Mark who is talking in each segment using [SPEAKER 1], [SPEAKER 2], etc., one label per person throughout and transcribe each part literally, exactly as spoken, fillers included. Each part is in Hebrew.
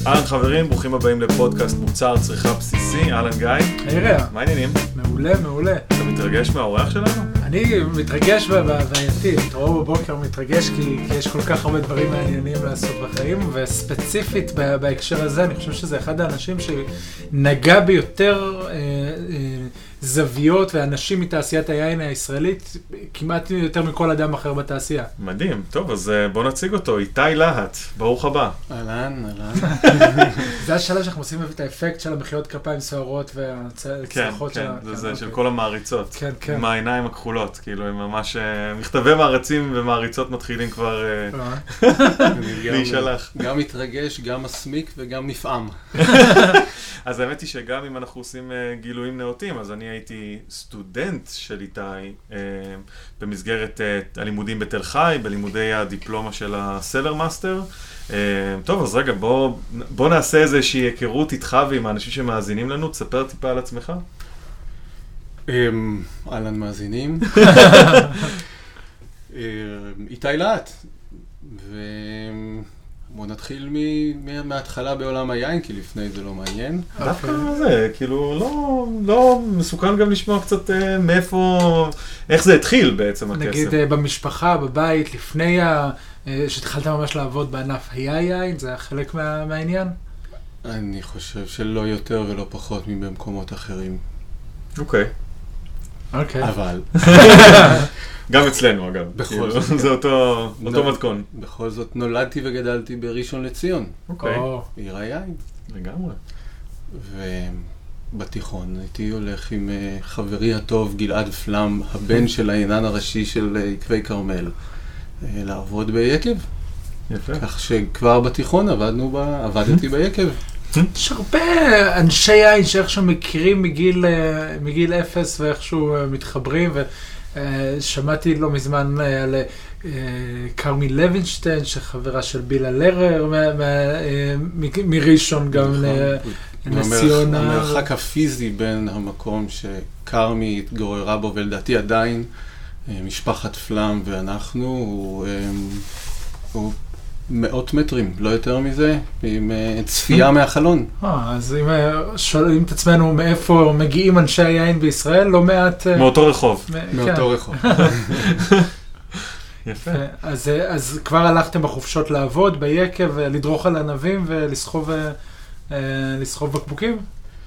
[SPEAKER 1] אהלן חברים, ברוכים הבאים לפודקאסט מוצר צריכה בסיסי. אהלן גיא.
[SPEAKER 2] היי רע.
[SPEAKER 1] מה העניינים?
[SPEAKER 2] מעולה, מעולה.
[SPEAKER 1] אתה מתרגש מהאורח שלנו?
[SPEAKER 2] אני מתרגש בהווייתי, תראו בבוקר מתרגש כי, כי יש כל כך הרבה דברים מעניינים לעשות בחיים, וספציפית בהקשר הזה אני חושב שזה אחד האנשים שנגע ביותר אה, אה, זוויות ואנשים מתעשיית היין הישראלית, כמעט יותר מכל אדם אחר בתעשייה.
[SPEAKER 1] מדהים, טוב, אז בוא נציג אותו, איתי להט, ברוך הבא.
[SPEAKER 3] אהלן, אהלן.
[SPEAKER 2] זה השלב שאנחנו עושים את האפקט של המחיאות כפיים סוערות והצלחות
[SPEAKER 1] כן,
[SPEAKER 2] של...
[SPEAKER 1] כן, זה זה של כל המעריצות.
[SPEAKER 2] כן, כן.
[SPEAKER 1] עם העיניים הכחולות, כאילו, הם ממש... מכתבי מערצים ומעריצות מתחילים כבר להישלח.
[SPEAKER 3] גם מתרגש, גם מסמיק וגם נפעם.
[SPEAKER 1] אז האמת היא שגם אם אנחנו עושים גילויים נאותים, אז אני הייתי סטודנט של איתי במסגרת הלימודים בתל חי, בלימודי הדיפלומה של הסלר מאסטר. טוב, אז רגע, בוא, בוא נעשה איזושהי היכרות איתך ועם האנשים שמאזינים לנו. תספר טיפה על עצמך.
[SPEAKER 3] אהלן מאזינים. איתי להט. ובוא נתחיל מההתחלה בעולם היין, כי לפני זה לא מעניין.
[SPEAKER 1] דווקא זה, כאילו, לא, לא מסוכן גם לשמוע קצת מאיפה, איך זה התחיל בעצם הכסף.
[SPEAKER 2] נגיד במשפחה, בבית, לפני ה... שהתחלת ממש לעבוד בענף היה יין, זה היה חלק מה, מהעניין?
[SPEAKER 3] אני חושב שלא יותר ולא פחות מבמקומות אחרים.
[SPEAKER 1] אוקיי.
[SPEAKER 2] אוקיי.
[SPEAKER 3] אבל...
[SPEAKER 1] גם אצלנו אגב.
[SPEAKER 3] בכל זאת.
[SPEAKER 1] זה אותו, אותו מתכון.
[SPEAKER 3] בכל זאת נולדתי וגדלתי בראשון לציון.
[SPEAKER 1] אוקיי.
[SPEAKER 3] עיר היין.
[SPEAKER 1] לגמרי.
[SPEAKER 3] ובתיכון הייתי הולך עם חברי הטוב גלעד פלם, הבן של העינן הראשי של עקבי כרמל. לעבוד ביקב.
[SPEAKER 1] יפה.
[SPEAKER 3] כך שכבר בתיכון עבדנו ב... עבדתי ביקב.
[SPEAKER 2] יש הרבה אנשי יין שאיכשהו מכירים מגיל, מגיל אפס ואיכשהו מתחברים, ושמעתי לא מזמן על קרמי לוינשטיין, שחברה של בילה לרר, מראשון גם לנסיונה.
[SPEAKER 3] המרחק הפיזי בין המקום שקרמי התגוררה בו, ולדעתי עדיין, משפחת פלם ואנחנו, הוא, הוא מאות מטרים, לא יותר מזה, עם צפייה מהחלון.
[SPEAKER 2] אה, אז אם שואלים את עצמנו מאיפה מגיעים אנשי היין בישראל, לא מעט...
[SPEAKER 1] מאותו רחוב.
[SPEAKER 3] מאותו רחוב.
[SPEAKER 1] יפה.
[SPEAKER 2] אז, אז כבר הלכתם בחופשות לעבוד, ביקב, לדרוך על ענבים ולסחוב לסחוב בקבוקים?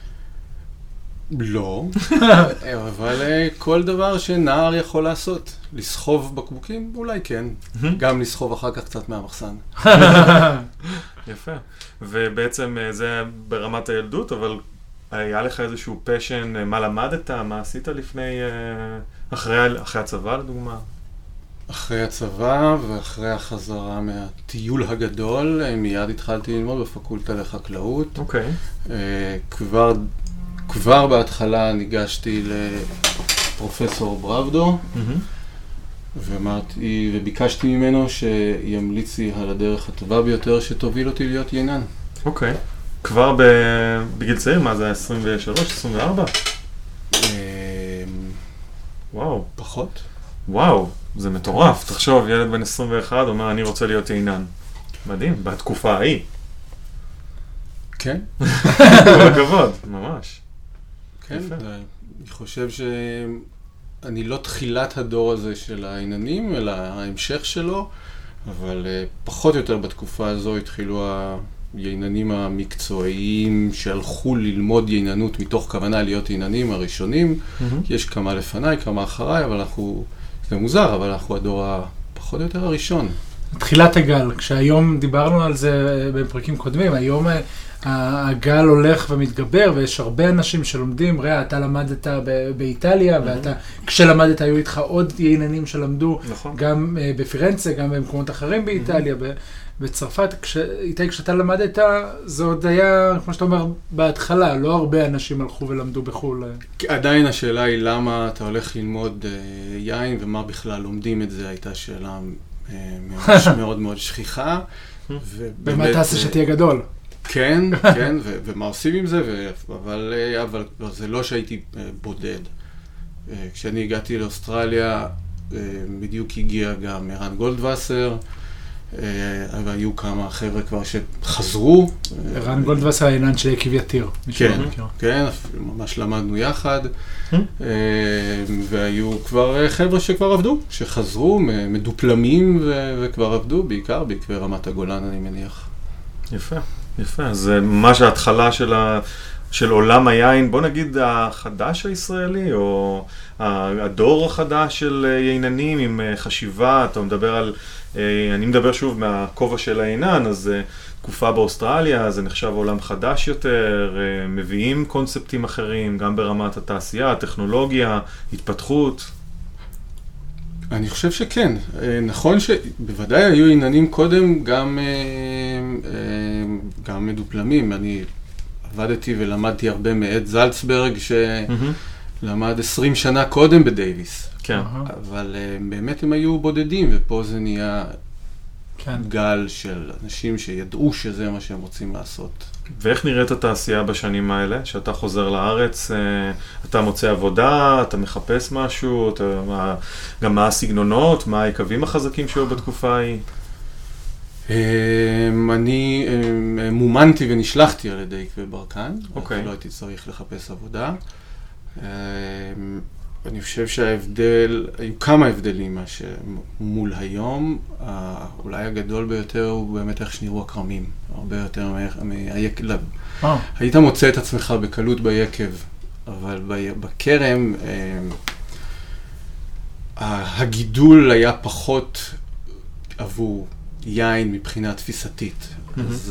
[SPEAKER 3] לא, אבל כל דבר שנער יכול לעשות, לסחוב בקבוקים, אולי כן, גם לסחוב אחר כך קצת מהמחסן.
[SPEAKER 1] יפה, ובעצם זה ברמת הילדות, אבל היה לך איזשהו פשן, מה למדת, מה עשית לפני, אחרי, אחרי הצבא לדוגמה?
[SPEAKER 3] אחרי הצבא ואחרי החזרה מהטיול הגדול, מיד התחלתי ללמוד בפקולטה לחקלאות.
[SPEAKER 1] אוקיי.
[SPEAKER 3] כבר... כבר בהתחלה ניגשתי לפרופסור ברבדו, ואמרתי, וביקשתי ממנו שימליץ לי על הדרך הטובה ביותר שתוביל אותי להיות יינן.
[SPEAKER 1] אוקיי. כבר בגיל צעיר, מה זה, עשרים ושלוש, עשרים וארבע? וואו.
[SPEAKER 3] פחות.
[SPEAKER 1] וואו, זה מטורף. תחשוב, ילד בן עשרים ואחת אומר, אני רוצה להיות יינן. מדהים, בתקופה ההיא.
[SPEAKER 3] כן.
[SPEAKER 1] כל הכבוד, ממש.
[SPEAKER 3] כן, אני חושב שאני לא תחילת הדור הזה של העיננים, אלא ההמשך שלו, אבל פחות או יותר בתקופה הזו התחילו העיננים המקצועיים שהלכו ללמוד עיננות מתוך כוונה להיות עיננים הראשונים. יש כמה לפניי, כמה אחריי, אבל אנחנו, זה מוזר, אבל אנחנו הדור הפחות או יותר הראשון.
[SPEAKER 2] תחילת הגל, כשהיום דיברנו על זה בפרקים קודמים, היום הגל הולך ומתגבר, ויש הרבה אנשים שלומדים, ראה, אתה למדת באיטליה, ואתה, כשלמדת היו איתך עוד ייננים שלמדו, גם בפירנצה, גם במקומות אחרים באיטליה, בצרפת, איתי, כשאתה למדת, זה עוד היה, כמו שאתה אומר, בהתחלה, לא הרבה אנשים הלכו ולמדו בחו"ל.
[SPEAKER 3] עדיין השאלה היא למה אתה הולך ללמוד יין, ומה בכלל לומדים את זה, הייתה שאלה מאוד מאוד שכיחה.
[SPEAKER 2] ומה תעשה שתהיה גדול?
[SPEAKER 3] כן, כן, ומה עושים עם זה, אבל זה לא שהייתי בודד. כשאני הגעתי לאוסטרליה, בדיוק הגיע גם ערן גולדווסר, והיו כמה חבר'ה כבר שחזרו.
[SPEAKER 2] רן גולדווסר העינן של יקב יתיר.
[SPEAKER 3] כן, כן, ממש למדנו יחד, והיו כבר חבר'ה שכבר עבדו, שחזרו, מדופלמים וכבר עבדו, בעיקר בעקבי רמת הגולן, אני מניח.
[SPEAKER 1] יפה, יפה. אז ממש ההתחלה של ה... של עולם היין, בוא נגיד החדש הישראלי, או הדור החדש של ייננים עם חשיבה, אתה מדבר על, אני מדבר שוב מהכובע של היינן, אז תקופה באוסטרליה, זה נחשב עולם חדש יותר, מביאים קונספטים אחרים, גם ברמת התעשייה, הטכנולוגיה, התפתחות.
[SPEAKER 3] אני חושב שכן. נכון שבוודאי היו עיננים קודם גם, גם מדופלמים. אני עבדתי ולמדתי הרבה מעט זלצברג, שלמד עשרים שנה קודם בדייביס.
[SPEAKER 1] כן.
[SPEAKER 3] אבל באמת הם היו בודדים, ופה זה נהיה
[SPEAKER 2] כן.
[SPEAKER 3] גל של אנשים שידעו שזה מה שהם רוצים לעשות.
[SPEAKER 1] ואיך נראית התעשייה בשנים האלה? שאתה חוזר לארץ, אתה מוצא עבודה, אתה מחפש משהו, אתה, גם מה הסגנונות, מה היקבים החזקים שהיו בתקופה ההיא?
[SPEAKER 3] אני מומנתי ונשלחתי על ידי יקבי ברקן,
[SPEAKER 1] אוקיי.
[SPEAKER 3] לא הייתי צריך לחפש עבודה. אני חושב שההבדל, היו כמה הבדלים מול היום, אולי הגדול ביותר הוא באמת איך שנראו הקרמים, הרבה יותר מהיקב. היית מוצא את עצמך בקלות ביקב, אבל בכרם הגידול היה פחות עבור יין מבחינה תפיסתית. אז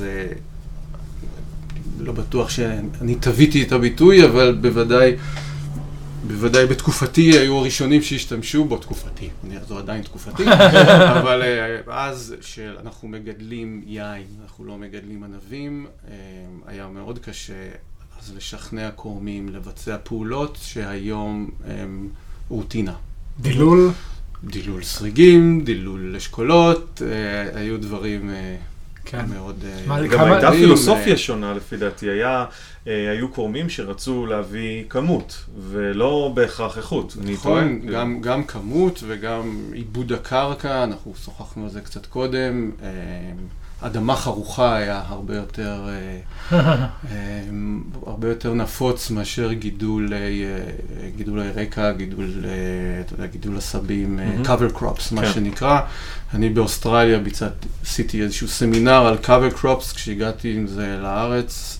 [SPEAKER 3] לא בטוח שאני טביתי את הביטוי, אבל בוודאי בוודאי בתקופתי היו הראשונים שהשתמשו בו, תקופתי, זו עדיין תקופתי, אבל אז שאנחנו מגדלים יין, אנחנו לא מגדלים ענבים, היה מאוד קשה אז לשכנע קורמים, לבצע פעולות שהיום הם רוטינה.
[SPEAKER 2] דילול?
[SPEAKER 3] דילול סריגים, דילול אשכולות, היו דברים מאוד...
[SPEAKER 1] גם הייתה פילוסופיה שונה לפי דעתי, היו קורמים שרצו להביא כמות, ולא בהכרח איכות.
[SPEAKER 3] נכון, גם כמות וגם עיבוד הקרקע, אנחנו שוחחנו על זה קצת קודם, אדמה חרוכה היה הרבה יותר, הרבה יותר נפוץ מאשר גידולי, גידולי רקע, גידול, אתה יודע, גידול עשבים, cover crops, מה שנקרא. אני באוסטרליה ביצעתי, עשיתי איזשהו סמינר על cover crops, כשהגעתי עם זה לארץ.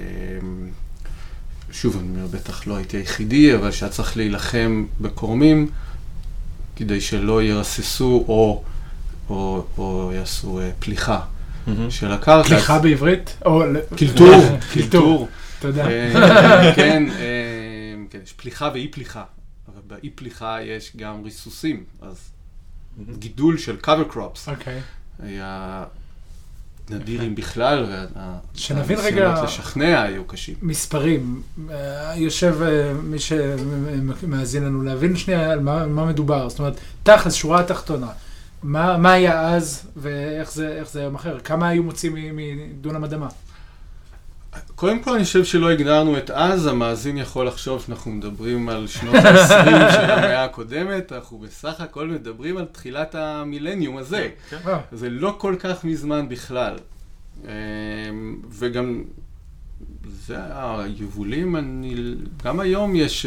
[SPEAKER 3] שוב, אני אומר, בטח לא הייתי היחידי, אבל שהיה צריך להילחם בקורמים, כדי שלא ירססו או, או, או יעשו פליחה. של הקרקע.
[SPEAKER 2] פליחה בעברית?
[SPEAKER 3] קלטור. קלטור.
[SPEAKER 2] תודה.
[SPEAKER 3] כן, יש פליחה ואי פליחה. אבל באי פליחה יש גם ריסוסים. אז גידול של cover crops היה נדיר אם בכלל, והניסיונות לשכנע היו קשים.
[SPEAKER 2] מספרים. יושב מי שמאזין לנו להבין שנייה על מה מדובר. זאת אומרת, תכלס, שורה התחתונה. מה, מה היה אז ואיך זה, איך זה היום אחר? כמה היו מוצאים מדונם אדמה?
[SPEAKER 3] קודם כל אני חושב שלא הגדרנו את אז, המאזין יכול לחשוב שאנחנו מדברים על שנות ה-עשרים של המאה הקודמת, אנחנו בסך הכל מדברים על תחילת המילניום הזה. זה לא כל כך מזמן בכלל. וגם זה היבולים, אני, גם היום יש...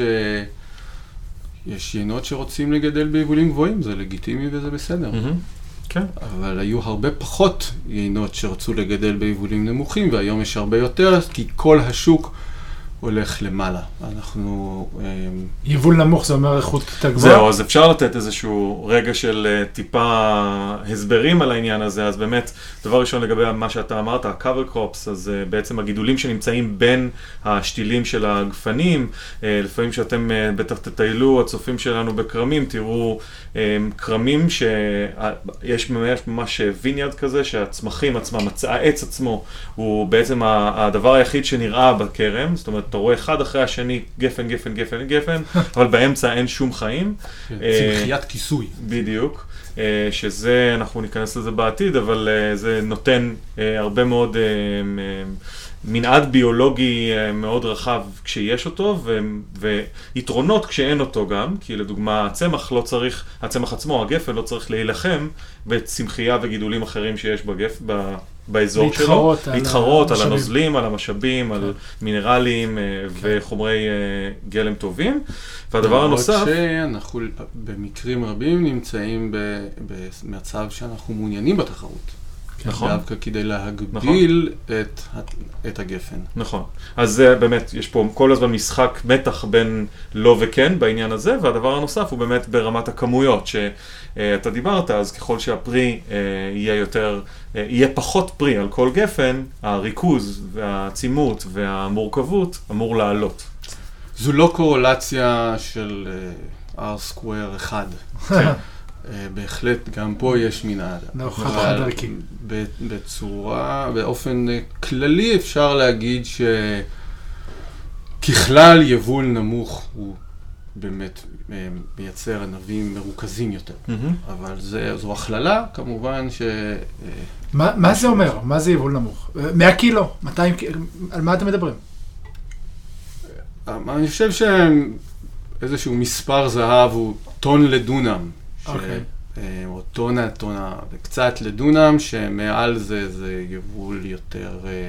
[SPEAKER 3] יש יינות שרוצים לגדל ביבולים גבוהים, זה לגיטימי וזה בסדר.
[SPEAKER 1] כן.
[SPEAKER 3] אבל היו הרבה פחות יינות שרצו לגדל ביבולים נמוכים, והיום יש הרבה יותר, כי כל השוק הולך למעלה. אנחנו...
[SPEAKER 2] יבול נמוך זה אומר איכות גבוהה?
[SPEAKER 1] זהו, אז אפשר לתת איזשהו רגע של טיפה הסברים על העניין הזה. אז באמת, דבר ראשון לגבי מה שאתה אמרת, ה-cover crops, אז בעצם הגידולים שנמצאים בין השתילים של הגפנים, לפעמים שאתם בטח תטיילו, הצופים שלנו בקרמים, תראו קרמים שיש ממש, ממש ויניארד כזה, שהצמחים עצמם, העץ עצמו, הוא בעצם הדבר היחיד שנראה בקרם, זאת אומרת, אתה רואה אחד אחרי השני, גפן, גפן, גפן, גפן, אבל באמצע אין שום חיים.
[SPEAKER 3] צמחיית כיסוי.
[SPEAKER 1] בדיוק. שזה, אנחנו ניכנס לזה בעתיד, אבל זה נותן הרבה מאוד מנעד ביולוגי מאוד רחב כשיש אותו, ו, ויתרונות כשאין אותו גם, כי לדוגמה הצמח לא צריך, הצמח עצמו, הגפן לא צריך להילחם בצמחייה וגידולים אחרים שיש בגפ, ב, באזור
[SPEAKER 2] להתחרות
[SPEAKER 1] שלו,
[SPEAKER 2] על
[SPEAKER 1] להתחרות על
[SPEAKER 2] המשאבים.
[SPEAKER 1] הנוזלים, על המשאבים, כן. על מינרלים כן. וחומרי גלם טובים. והדבר הנוסף...
[SPEAKER 3] למרות שאנחנו במקרים רבים נמצאים במצב שאנחנו מעוניינים בתחרות.
[SPEAKER 1] נכון.
[SPEAKER 3] דווקא כדי להגביל נכון. את, את הגפן.
[SPEAKER 1] נכון. אז באמת, יש פה כל הזמן משחק מתח בין לא וכן בעניין הזה, והדבר הנוסף הוא באמת ברמת הכמויות, שאתה דיברת, אז ככל שהפרי יהיה יותר, יהיה פחות פרי על כל גפן, הריכוז והצימות והמורכבות אמור לעלות.
[SPEAKER 3] זו לא קורולציה של R סקוואר אחד. כן. בהחלט, גם פה יש מנעד.
[SPEAKER 2] נוכח חד-ערכי.
[SPEAKER 3] בצורה, באופן כללי אפשר להגיד שככלל יבול נמוך הוא באמת מייצר ענבים מרוכזים יותר. אבל זו הכללה, כמובן ש...
[SPEAKER 2] מה זה אומר? מה זה יבול נמוך? מאה קילו? מאתיים קילו? על מה אתם מדברים?
[SPEAKER 3] אני חושב שאיזשהו מספר זהב הוא טון לדונם. או טונה, טונה וקצת לדונם, שמעל זה זה יבול יותר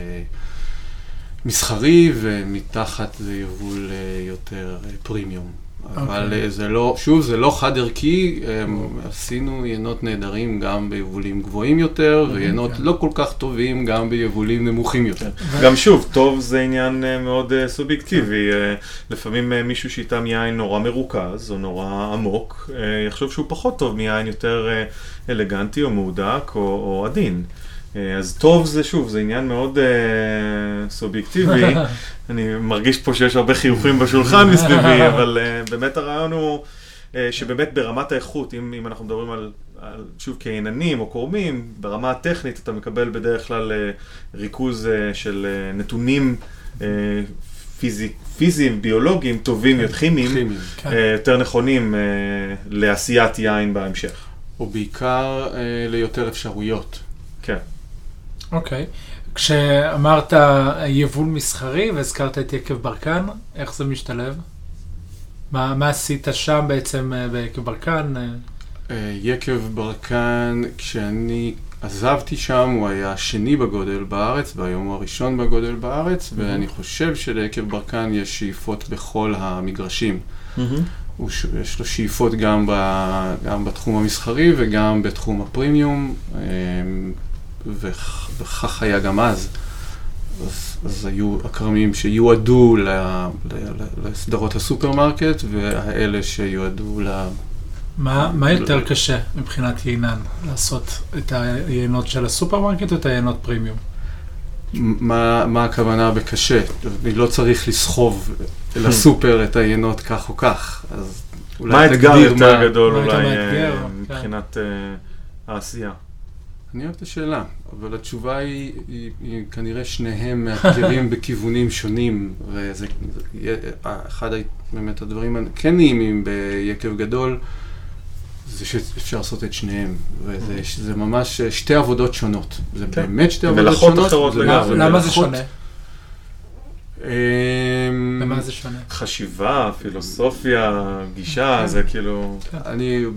[SPEAKER 3] מסחרי, ומתחת זה יבול יותר פרימיום. אבל זה לא, שוב, זה לא חד ערכי, עשינו ינות נהדרים גם ביבולים גבוהים יותר, וינות לא כל כך טובים גם ביבולים נמוכים יותר.
[SPEAKER 1] גם שוב, טוב זה עניין מאוד סובייקטיבי. לפעמים מישהו שאיתם יין נורא מרוכז, או נורא עמוק, יחשוב שהוא פחות טוב מיין יותר אלגנטי או מהודק או עדין. אז טוב זה שוב, זה עניין מאוד uh, סובייקטיבי. אני מרגיש פה שיש הרבה חיוכים בשולחן מסביבי, אבל uh, באמת הרעיון הוא uh, שבאמת ברמת האיכות, אם, אם אנחנו מדברים על, על שוב כעיננים או קורמים, ברמה הטכנית אתה מקבל בדרך כלל uh, ריכוז uh, של uh, נתונים uh, פיזי, פיזיים, ביולוגיים, טובים, יותר כימיים, uh, יותר נכונים uh, לעשיית יין בהמשך.
[SPEAKER 3] או בעיקר uh, ליותר אפשרויות.
[SPEAKER 1] כן.
[SPEAKER 2] אוקיי. Okay. כשאמרת יבול מסחרי והזכרת את יקב ברקן, איך זה משתלב? מה, מה עשית שם בעצם ביקב ברקן?
[SPEAKER 3] יקב ברקן, כשאני עזבתי שם, הוא היה השני בגודל בארץ, והיום הוא הראשון בגודל בארץ, mm-hmm. ואני חושב שליקב ברקן יש שאיפות בכל המגרשים. Mm-hmm. הוא, יש לו שאיפות גם, ב, גם בתחום המסחרי וגם בתחום הפרימיום, וכ, וכך היה גם אז. אז, אז היו הכרמים שיועדו ל, ל, ל, לסדרות הסופרמרקט, והאלה שיועדו ל...
[SPEAKER 2] מה, מה יותר קשה מבחינת יינן? לעשות את היינות של הסופרמרקט או את היינות פרימיום?
[SPEAKER 3] מה, מה הכוונה בקשה? אני לא צריך לסחוב לסופר את היינות כך או כך. אז אולי
[SPEAKER 1] מה האתגר יותר גדול אולי מבחינת העשייה?
[SPEAKER 3] אני אוהב את השאלה, אבל התשובה היא, היא, היא כנראה שניהם מאתגרים בכיוונים שונים, וזה אחד באמת הדברים הכן נעימים ביקב גדול, זה שאפשר לעשות את שניהם, וזה זה ממש שתי עבודות שונות. זה באמת שתי עבודות שונות.
[SPEAKER 1] מלאכות אחרות לגמרי.
[SPEAKER 2] למה זה שונה? במה זה שונה?
[SPEAKER 1] חשיבה, פילוסופיה, גישה, זה כאילו...
[SPEAKER 3] אני...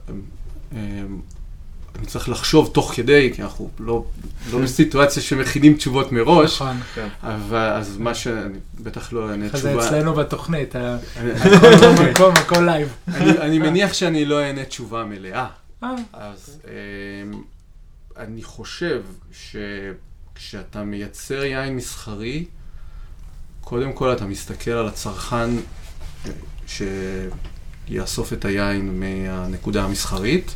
[SPEAKER 3] אני צריך לחשוב תוך כדי, כי אנחנו לא, לא בסיטואציה שמכינים תשובות מראש.
[SPEAKER 2] נכון.
[SPEAKER 3] אבל אז מה שאני בטח לא אענה תשובה...
[SPEAKER 2] זה אצלנו בתוכנית, הכל מקום, הכל לייב.
[SPEAKER 3] אני מניח שאני לא אענה תשובה מלאה. אז אני חושב שכשאתה מייצר יין מסחרי, קודם כל אתה מסתכל על הצרכן שיאסוף את היין מהנקודה המסחרית,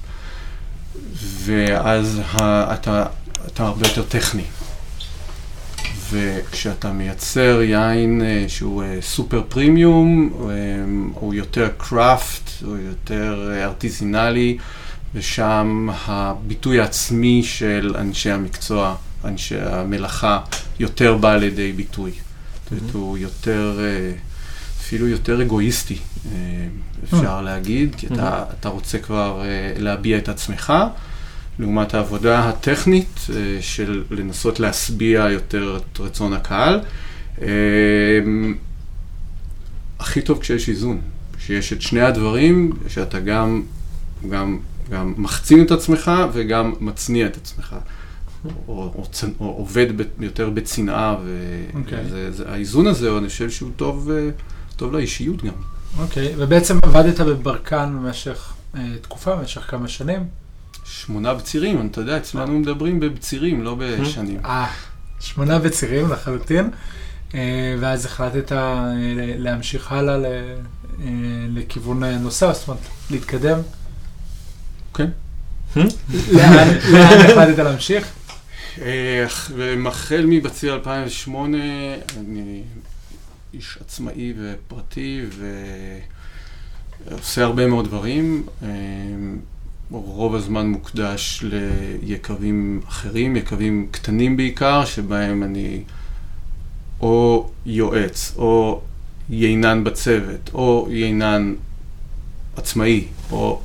[SPEAKER 3] ואז אתה, אתה הרבה יותר טכני. וכשאתה מייצר יין שהוא סופר פרימיום, הוא יותר קראפט, הוא יותר ארטיזינלי, ושם הביטוי העצמי של אנשי המקצוע, אנשי המלאכה, יותר בא לידי ביטוי. זאת אומרת, הוא יותר, אפילו יותר אגואיסטי, אפשר להגיד, כי אתה, אתה רוצה כבר להביע את עצמך, לעומת העבודה הטכנית של לנסות להשביע יותר את רצון הקהל. הכי טוב כשיש איזון, כשיש את שני הדברים, שאתה גם, גם, גם מחצין את עצמך וגם מצניע את עצמך. או, או, או עובד יותר בצנעה, והאיזון הזה, אני חושב שהוא טוב, טוב לאישיות גם.
[SPEAKER 2] אוקיי, ובעצם עבדת בברקן במשך תקופה, במשך כמה שנים?
[SPEAKER 3] שמונה בצירים, אתה יודע, אצלנו מדברים בבצירים, לא בשנים.
[SPEAKER 2] אה, שמונה בצירים לחלוטין, ואז החלטת להמשיך הלאה לכיוון נוסף, זאת אומרת, להתקדם?
[SPEAKER 3] כן.
[SPEAKER 2] לאן החלטת להמשיך?
[SPEAKER 3] ומחל מבציר אלפיים ושמונה, אני איש עצמאי ופרטי ועושה הרבה מאוד דברים. רוב הזמן מוקדש ליקבים אחרים, יקבים קטנים בעיקר, שבהם אני או יועץ, או יינן בצוות, או יינן עצמאי, או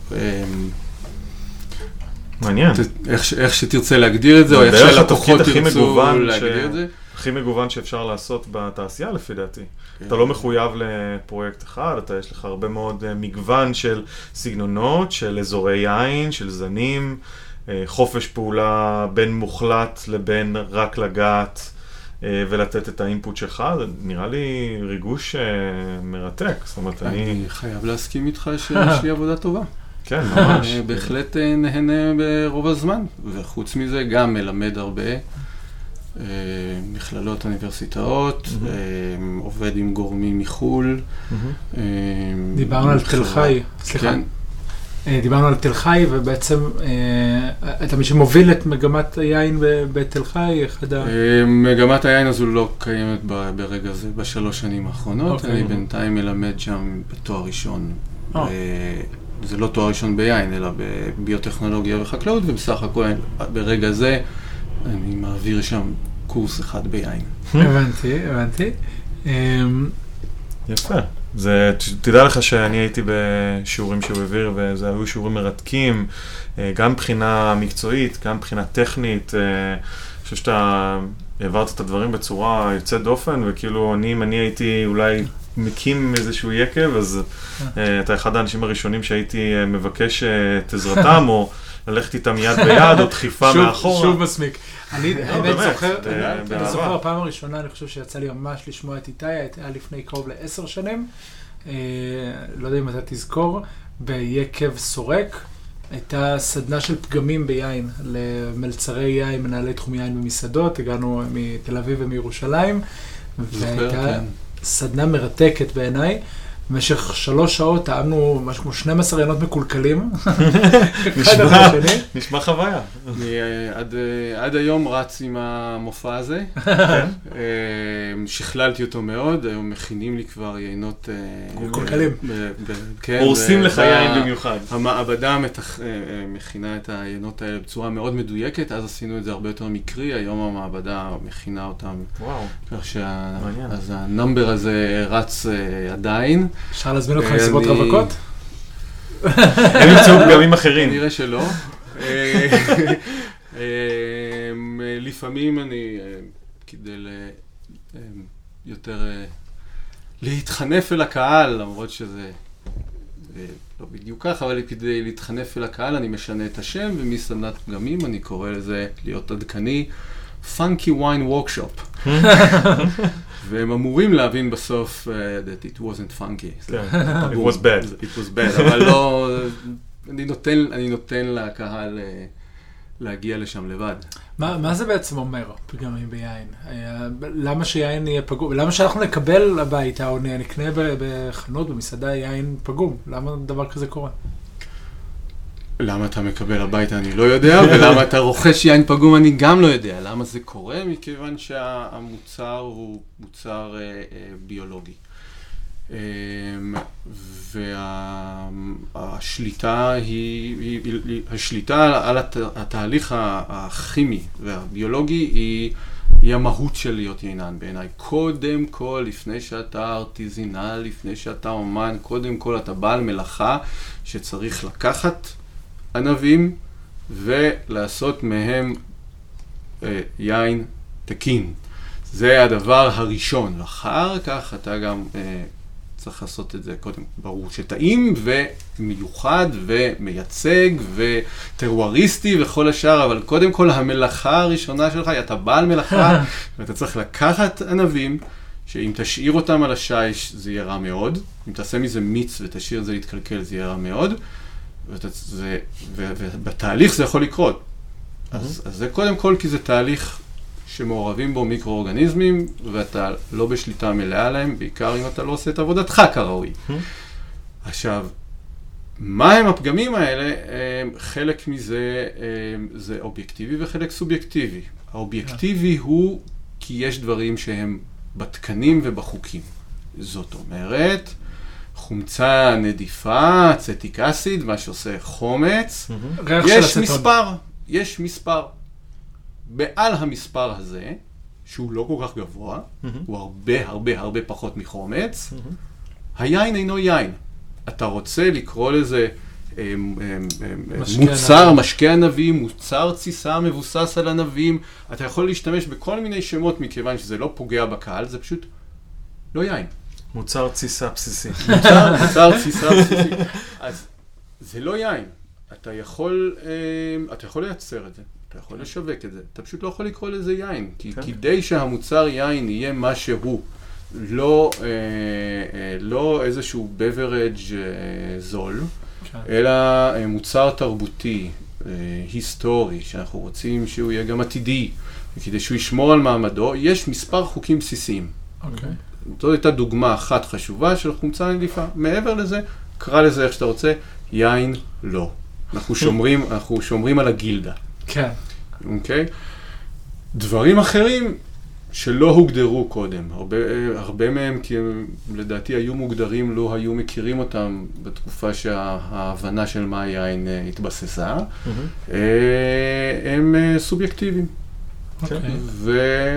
[SPEAKER 1] מעניין.
[SPEAKER 3] איך, איך שתרצה להגדיר את זה, או איך שהלקוחות תרצו להגדיר את זה.
[SPEAKER 1] הכי מגוון שאפשר לעשות בתעשייה לפי דעתי. אתה לא מחויב לפרויקט אחד, אתה יש לך הרבה מאוד מגוון של סגנונות, של אזורי יין, של זנים, חופש פעולה בין מוחלט לבין רק לגעת ולתת את האינפוט שלך. זה נראה לי ריגוש מרתק. זאת אומרת, אני...
[SPEAKER 3] אני חייב להסכים איתך שיש לי עבודה טובה.
[SPEAKER 1] כן, ממש.
[SPEAKER 3] בהחלט נהנה ברוב הזמן, וחוץ מזה גם מלמד הרבה. מכללות, אוניברסיטאות, עובד עם גורמים מחול.
[SPEAKER 2] דיברנו על תל חי, סליחה. דיברנו על תל חי, ובעצם אתה מי שמוביל את מגמת היין בתל חי, אחד ה...
[SPEAKER 3] מגמת היין הזו לא קיימת ברגע זה, בשלוש שנים האחרונות. אני בינתיים מלמד שם בתואר ראשון. זה לא תואר ראשון ביין, אלא בביוטכנולוגיה וחקלאות, ובסך הכל ברגע זה אני מעביר שם קורס אחד ביין.
[SPEAKER 2] הבנתי, הבנתי.
[SPEAKER 1] יפה. זה, תדע לך שאני הייתי בשיעורים שהוא העביר, וזה היו שיעורים מרתקים, גם מבחינה מקצועית, גם מבחינה טכנית. אני חושב שאתה העברת את הדברים בצורה יוצאת דופן, וכאילו אני, אם אני הייתי אולי מקים איזשהו יקב, אז אתה אחד האנשים הראשונים שהייתי מבקש את עזרתם, או ללכת איתם יד ביד, או דחיפה מאחורה.
[SPEAKER 2] שוב מסמיק. אני באמת זוכר, אני זוכר הפעם הראשונה, אני חושב שיצא לי ממש לשמוע את איתי, היה לפני קרוב לעשר שנים, לא יודע אם אתה תזכור, ביקב סורק, הייתה סדנה של פגמים ביין, למלצרי יין, מנהלי תחום יין במסעדות, הגענו מתל אביב ומירושלים, והייתה סדנה מרתקת בעיניי, במשך שלוש שעות טעמנו משהו כמו שנים עשר רעיונות מקולקלים.
[SPEAKER 1] נשמע חוויה.
[SPEAKER 3] אני עד היום רץ עם המופע הזה. שכללתי אותו מאוד, היום מכינים לי כבר יינות...
[SPEAKER 2] מקולקלים.
[SPEAKER 1] הורסים לך יין במיוחד.
[SPEAKER 3] המעבדה מכינה את היינות האלה בצורה מאוד מדויקת, אז עשינו את זה הרבה יותר מקרי, היום המעבדה מכינה אותם.
[SPEAKER 1] וואו.
[SPEAKER 3] כך אז הנאמבר הזה רץ עדיין.
[SPEAKER 2] אפשר להזמין אותך מסיבות רווקות?
[SPEAKER 1] הם ימצאו פגמים אחרים.
[SPEAKER 3] נראה שלא. לפעמים אני, כדי יותר להתחנף אל הקהל, למרות שזה לא בדיוק כך, אבל כדי להתחנף אל הקהל אני משנה את השם, ומסדנת פגמים אני קורא לזה להיות עדכני, Funky Wine Workshop. והם אמורים להבין בסוף that it wasn't funky.
[SPEAKER 1] It was bad.
[SPEAKER 3] It was bad, אבל לא, אני נותן, אני נותן לקהל להגיע לשם לבד.
[SPEAKER 2] מה, מה זה בעצם אומר, פגמים ביין? למה שיין יהיה פגום? למה שאנחנו נקבל הביתה או נקנה בחנות, במסעדה, יין פגום? למה דבר כזה קורה?
[SPEAKER 3] למה אתה מקבל הביתה אני לא יודע, ולמה אתה רוכש יין פגום אני גם לא יודע. למה זה קורה? מכיוון שהמוצר הוא מוצר ביולוגי. והשליטה היא, השליטה על התהליך הכימי והביולוגי היא, היא המהות של להיות יינן בעיניי. קודם כל, לפני שאתה ארטיזינל, לפני שאתה אומן, קודם כל אתה בעל מלאכה שצריך לקחת ענבים ולעשות מהם אה, יין תקין. זה הדבר הראשון. ואחר כך אתה גם אה, צריך לעשות את זה קודם, ברור שטעים ומיוחד ומייצג וטרואריסטי וכל השאר, אבל קודם כל המלאכה הראשונה שלך, אתה בעל מלאכה, ואתה צריך לקחת ענבים, שאם תשאיר אותם על השיש זה יהיה רע מאוד, אם תעשה מזה מיץ ותשאיר את זה להתקלקל זה יהיה רע מאוד, ואת, זה, ו, ובתהליך זה יכול לקרות. אז, אז זה קודם כל כי זה תהליך שמעורבים בו מיקרואורגניזמים, ואתה לא בשליטה מלאה עליהם, בעיקר אם אתה לא עושה את עבודתך כראוי. עכשיו, מה הם הפגמים האלה? חלק מזה זה אובייקטיבי וחלק סובייקטיבי. האובייקטיבי הוא כי יש דברים שהם בתקנים ובחוקים. זאת אומרת, חומצה נדיפה, אצטיק אסיד, מה שעושה חומץ, יש מספר, יש מספר. בעל המספר הזה, שהוא לא כל כך גבוה, mm-hmm. הוא הרבה הרבה הרבה פחות מחומץ, mm-hmm. היין אינו יין. אתה רוצה לקרוא לזה אה, אה, אה, מוצר, ענבים. משקה ענבים, מוצר ציסה מבוסס על ענבים, אתה יכול להשתמש בכל מיני שמות מכיוון שזה לא פוגע בקהל, זה פשוט לא יין.
[SPEAKER 1] מוצר ציסה בסיסי.
[SPEAKER 3] מוצר, מוצר ציסה בסיסי. אז זה לא יין. אתה יכול, אה, אתה יכול לייצר את זה. אתה יכול לשווק את זה, אתה פשוט לא יכול לקרוא לזה יין, כי כן. כדי שהמוצר יין יהיה מה שהוא, לא, אה, אה, לא איזשהו בברג' אה, זול, כן. אלא אה, מוצר תרבותי, אה, היסטורי, שאנחנו רוצים שהוא יהיה גם עתידי, וכדי שהוא ישמור על מעמדו, יש מספר חוקים בסיסיים.
[SPEAKER 2] אוקיי.
[SPEAKER 3] זאת הייתה דוגמה אחת חשובה של חומצה נדיפה. מעבר לזה, קרא לזה איך שאתה רוצה, יין לא. אנחנו שומרים, אנחנו שומרים על הגילדה.
[SPEAKER 2] כן.
[SPEAKER 3] אוקיי? דברים אחרים שלא הוגדרו קודם. הרבה, הרבה מהם, כי הם לדעתי היו מוגדרים, לא היו מכירים אותם בתקופה שההבנה של מה היין התבססה. Mm-hmm. הם סובייקטיביים.
[SPEAKER 2] אוקיי.
[SPEAKER 3] ו,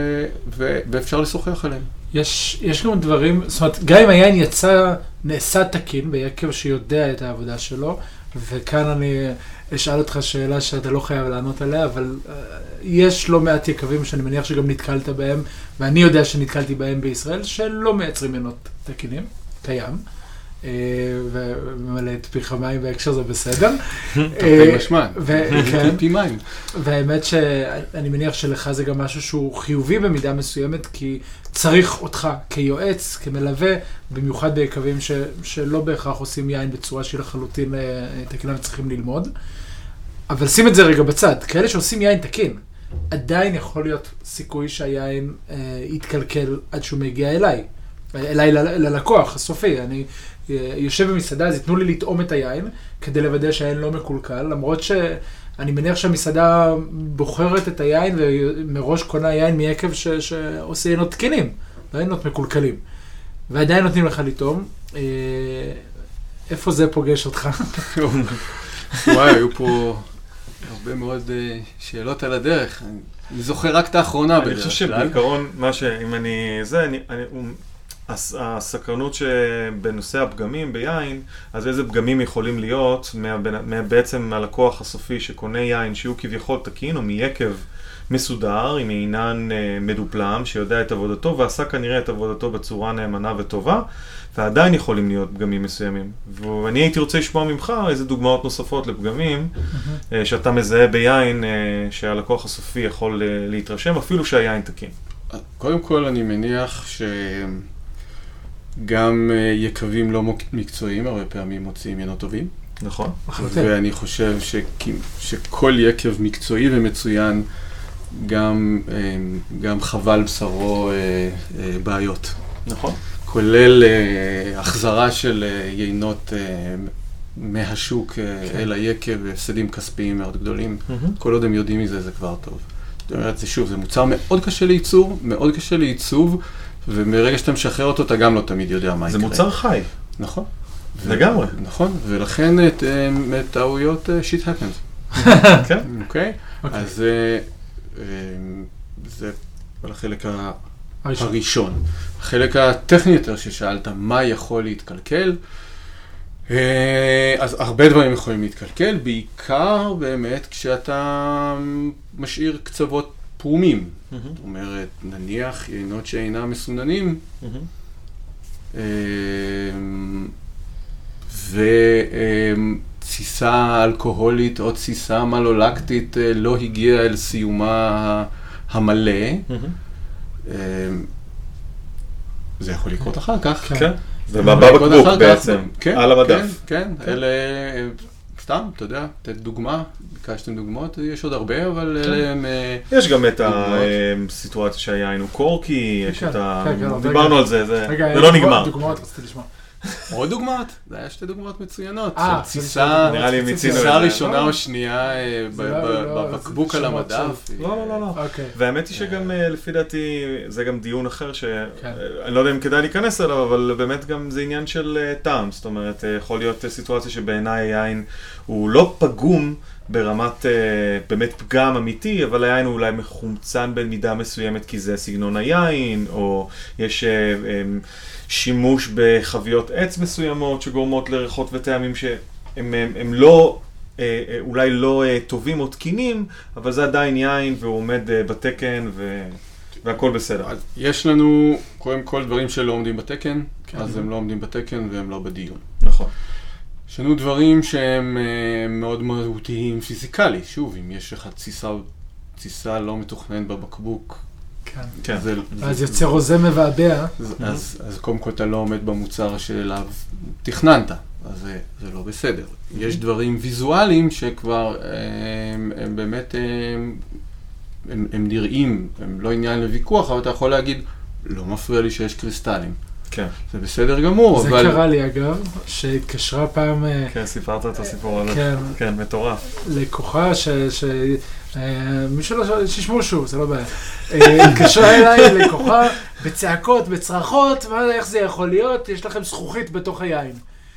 [SPEAKER 3] ו, ואפשר לשוחח עליהם.
[SPEAKER 2] יש, יש גם דברים, זאת אומרת, גם אם היין יצא, נעשה תקין ביקב שיודע את העבודה שלו, וכאן אני אשאל אותך שאלה שאתה לא חייב לענות עליה, אבל uh, יש לא מעט יקבים שאני מניח שגם נתקלת בהם, ואני יודע שנתקלתי בהם בישראל, שלא מייצרים ינות תקינים, קיים, uh, וממלא את פיך מים בהקשר זה בסדר.
[SPEAKER 3] תרתי משמע, פי מים.
[SPEAKER 2] והאמת שאני מניח שלך זה גם משהו שהוא חיובי במידה מסוימת, כי צריך אותך כיועץ, כמלווה, במיוחד ביקבים ש, שלא בהכרח עושים יין בצורה שהיא לחלוטין תקינה וצריכים ללמוד. אבל שים את זה רגע בצד. כאלה שעושים יין תקין, עדיין יכול להיות סיכוי שהיין אה, יתקלקל עד שהוא מגיע אליי. אליי ל- ללקוח הסופי. אני אה, יושב במסעדה, אז יתנו לי לטעום את היין, כדי לוודא שהיין לא מקולקל, למרות שאני מניח שהמסעדה בוחרת את היין, ומראש קונה יין מיקב ש- שעושה ינות תקינים, לא ינות מקולקלים. ועדיין נותנים לך לטעום. אה, איפה זה פוגש אותך?
[SPEAKER 3] וואי, היו פה הרבה מאוד שאלות על הדרך. אני זוכר רק את האחרונה בדרך כלל.
[SPEAKER 1] אני חושב שבעיקרון, מה שאם אני... זה, אני... הסקרנות שבנושא הפגמים ביין, אז איזה פגמים יכולים להיות בעצם מהלקוח הסופי שקונה יין שהוא כביכול תקין או מיקב מסודר, עם עינן מדופלם, שיודע את עבודתו, ועשה כנראה את עבודתו בצורה נאמנה וטובה, ועדיין יכולים להיות פגמים מסוימים. ואני הייתי רוצה לשמוע ממך איזה דוגמאות נוספות לפגמים, שאתה מזהה ביין שהלקוח הסופי יכול להתרשם, אפילו שהיין תקין.
[SPEAKER 3] קודם כל אני מניח שגם יקבים לא מקצועיים, הרבה פעמים מוצאים ינות טובים.
[SPEAKER 1] נכון.
[SPEAKER 3] ואני חושב שכל יקב מקצועי ומצוין, גם, גם חבל בשרו בעיות.
[SPEAKER 1] נכון.
[SPEAKER 3] כולל החזרה של יינות מהשוק אל היקב והפסדים כספיים מאוד גדולים. כל עוד הם יודעים מזה, זה כבר טוב. זאת אומרת, זה שוב, זה מוצר מאוד קשה לייצור, מאוד קשה לייצוב, ומרגע שאתה משחרר אותו, אתה גם לא תמיד יודע מה יקרה.
[SPEAKER 1] זה מוצר חי.
[SPEAKER 3] נכון.
[SPEAKER 1] לגמרי.
[SPEAKER 3] נכון, ולכן את טעויות shit happens.
[SPEAKER 1] כן.
[SPEAKER 3] אוקיי? אז זה על החלק הראשון. החלק הטכני יותר ששאלת, מה יכול להתקלקל? אז הרבה דברים יכולים להתקלקל, בעיקר באמת כשאתה משאיר קצוות פרומים. זאת אומרת, נניח יינות שאינם מסוננים, ותסיסה אלכוהולית או תסיסה מלולקטית לא הגיעה אל סיומה המלא. זה יכול לקרות אחר כך.
[SPEAKER 1] כן. זה בבקבוק בעצם, על המדף.
[SPEAKER 3] כן, אלה, סתם, אתה יודע, תת דוגמה, ביקשתם דוגמאות, יש עוד הרבה, אבל אלה הם...
[SPEAKER 1] יש גם את הסיטואציה שהיין הוא קורקי, יש את ה... דיברנו על זה, זה לא נגמר.
[SPEAKER 2] דוגמאות, רציתי לשמוע.
[SPEAKER 3] עוד דוגמאות? זה היה שתי דוגמאות מצוינות.
[SPEAKER 2] אה,
[SPEAKER 3] ציסה,
[SPEAKER 1] נראה לי מיצינו את
[SPEAKER 3] ציסה
[SPEAKER 1] זה.
[SPEAKER 3] ראשונה או שנייה בבקבוק על המדף.
[SPEAKER 1] לא, לא, לא, לא. והאמת היא שגם לפי דעתי, זה גם דיון אחר שאני לא יודע אם כדאי להיכנס אליו, אבל באמת גם זה עניין של טעם. זאת אומרת, יכול להיות סיטואציה שבעיניי היין הוא לא פגום ברמת באמת פגם אמיתי, אבל היין הוא אולי מחומצן במידה מסוימת כי זה סגנון היין, או יש שימוש בחביות עץ מסוימות שגורמות לריחות וטעמים שהם הם, הם לא, אולי לא טובים או תקינים, אבל זה עדיין יין והוא עומד בתקן ו... והכל בסדר.
[SPEAKER 3] אז יש לנו קודם כל דברים שלא עומדים בתקן, כן. אז הם לא עומדים בתקן והם לא בדיון.
[SPEAKER 1] נכון.
[SPEAKER 3] יש לנו דברים שהם מאוד מהותיים פיזיקלי. שוב, אם יש לך תסיסה, תסיסה לא מתוכננת בבקבוק,
[SPEAKER 2] כן.
[SPEAKER 1] כן.
[SPEAKER 2] זה, אז זה, יוצא רוזה מבעבע.
[SPEAKER 3] אז, אז, אז קודם כל אתה לא עומד במוצר שאליו תכננת, אז זה, זה לא בסדר. Mm-hmm. יש דברים ויזואליים שכבר הם, הם באמת, הם, הם, הם נראים, הם לא עניין לוויכוח, אבל אתה יכול להגיד, לא מפריע לי שיש קריסטלים.
[SPEAKER 1] כן.
[SPEAKER 3] זה בסדר גמור,
[SPEAKER 2] זה אבל... קרה לי אגב, שהתקשרה פעם...
[SPEAKER 1] כן, סיפרת את הסיפור הזה.
[SPEAKER 2] כן.
[SPEAKER 1] כן, מטורף.
[SPEAKER 2] לקוחה ש... ש... מישהו לא... שישמעו שוב, זה לא בעיה. התקשרה אליי לקוחה בצעקות, בצרחות, מה, איך זה יכול להיות? יש לכם זכוכית בתוך היין.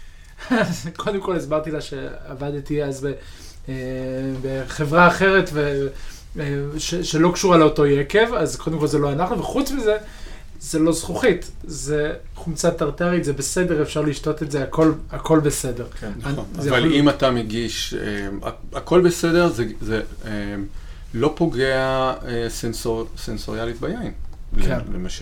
[SPEAKER 2] קודם כל הסברתי לה שעבדתי אז ב... בחברה אחרת ו... ש... שלא קשורה לאותו יקב, אז קודם כל זה לא אנחנו, וחוץ מזה, זה לא זכוכית, זה חומצה טרטרית, זה בסדר, אפשר לשתות את זה, הכל, הכל בסדר.
[SPEAKER 3] כן, נכון. אבל יכול... אם אתה מגיש, הכל בסדר, זה, זה לא פוגע סנסור, סנסוריאלית ביין, כן. למשל.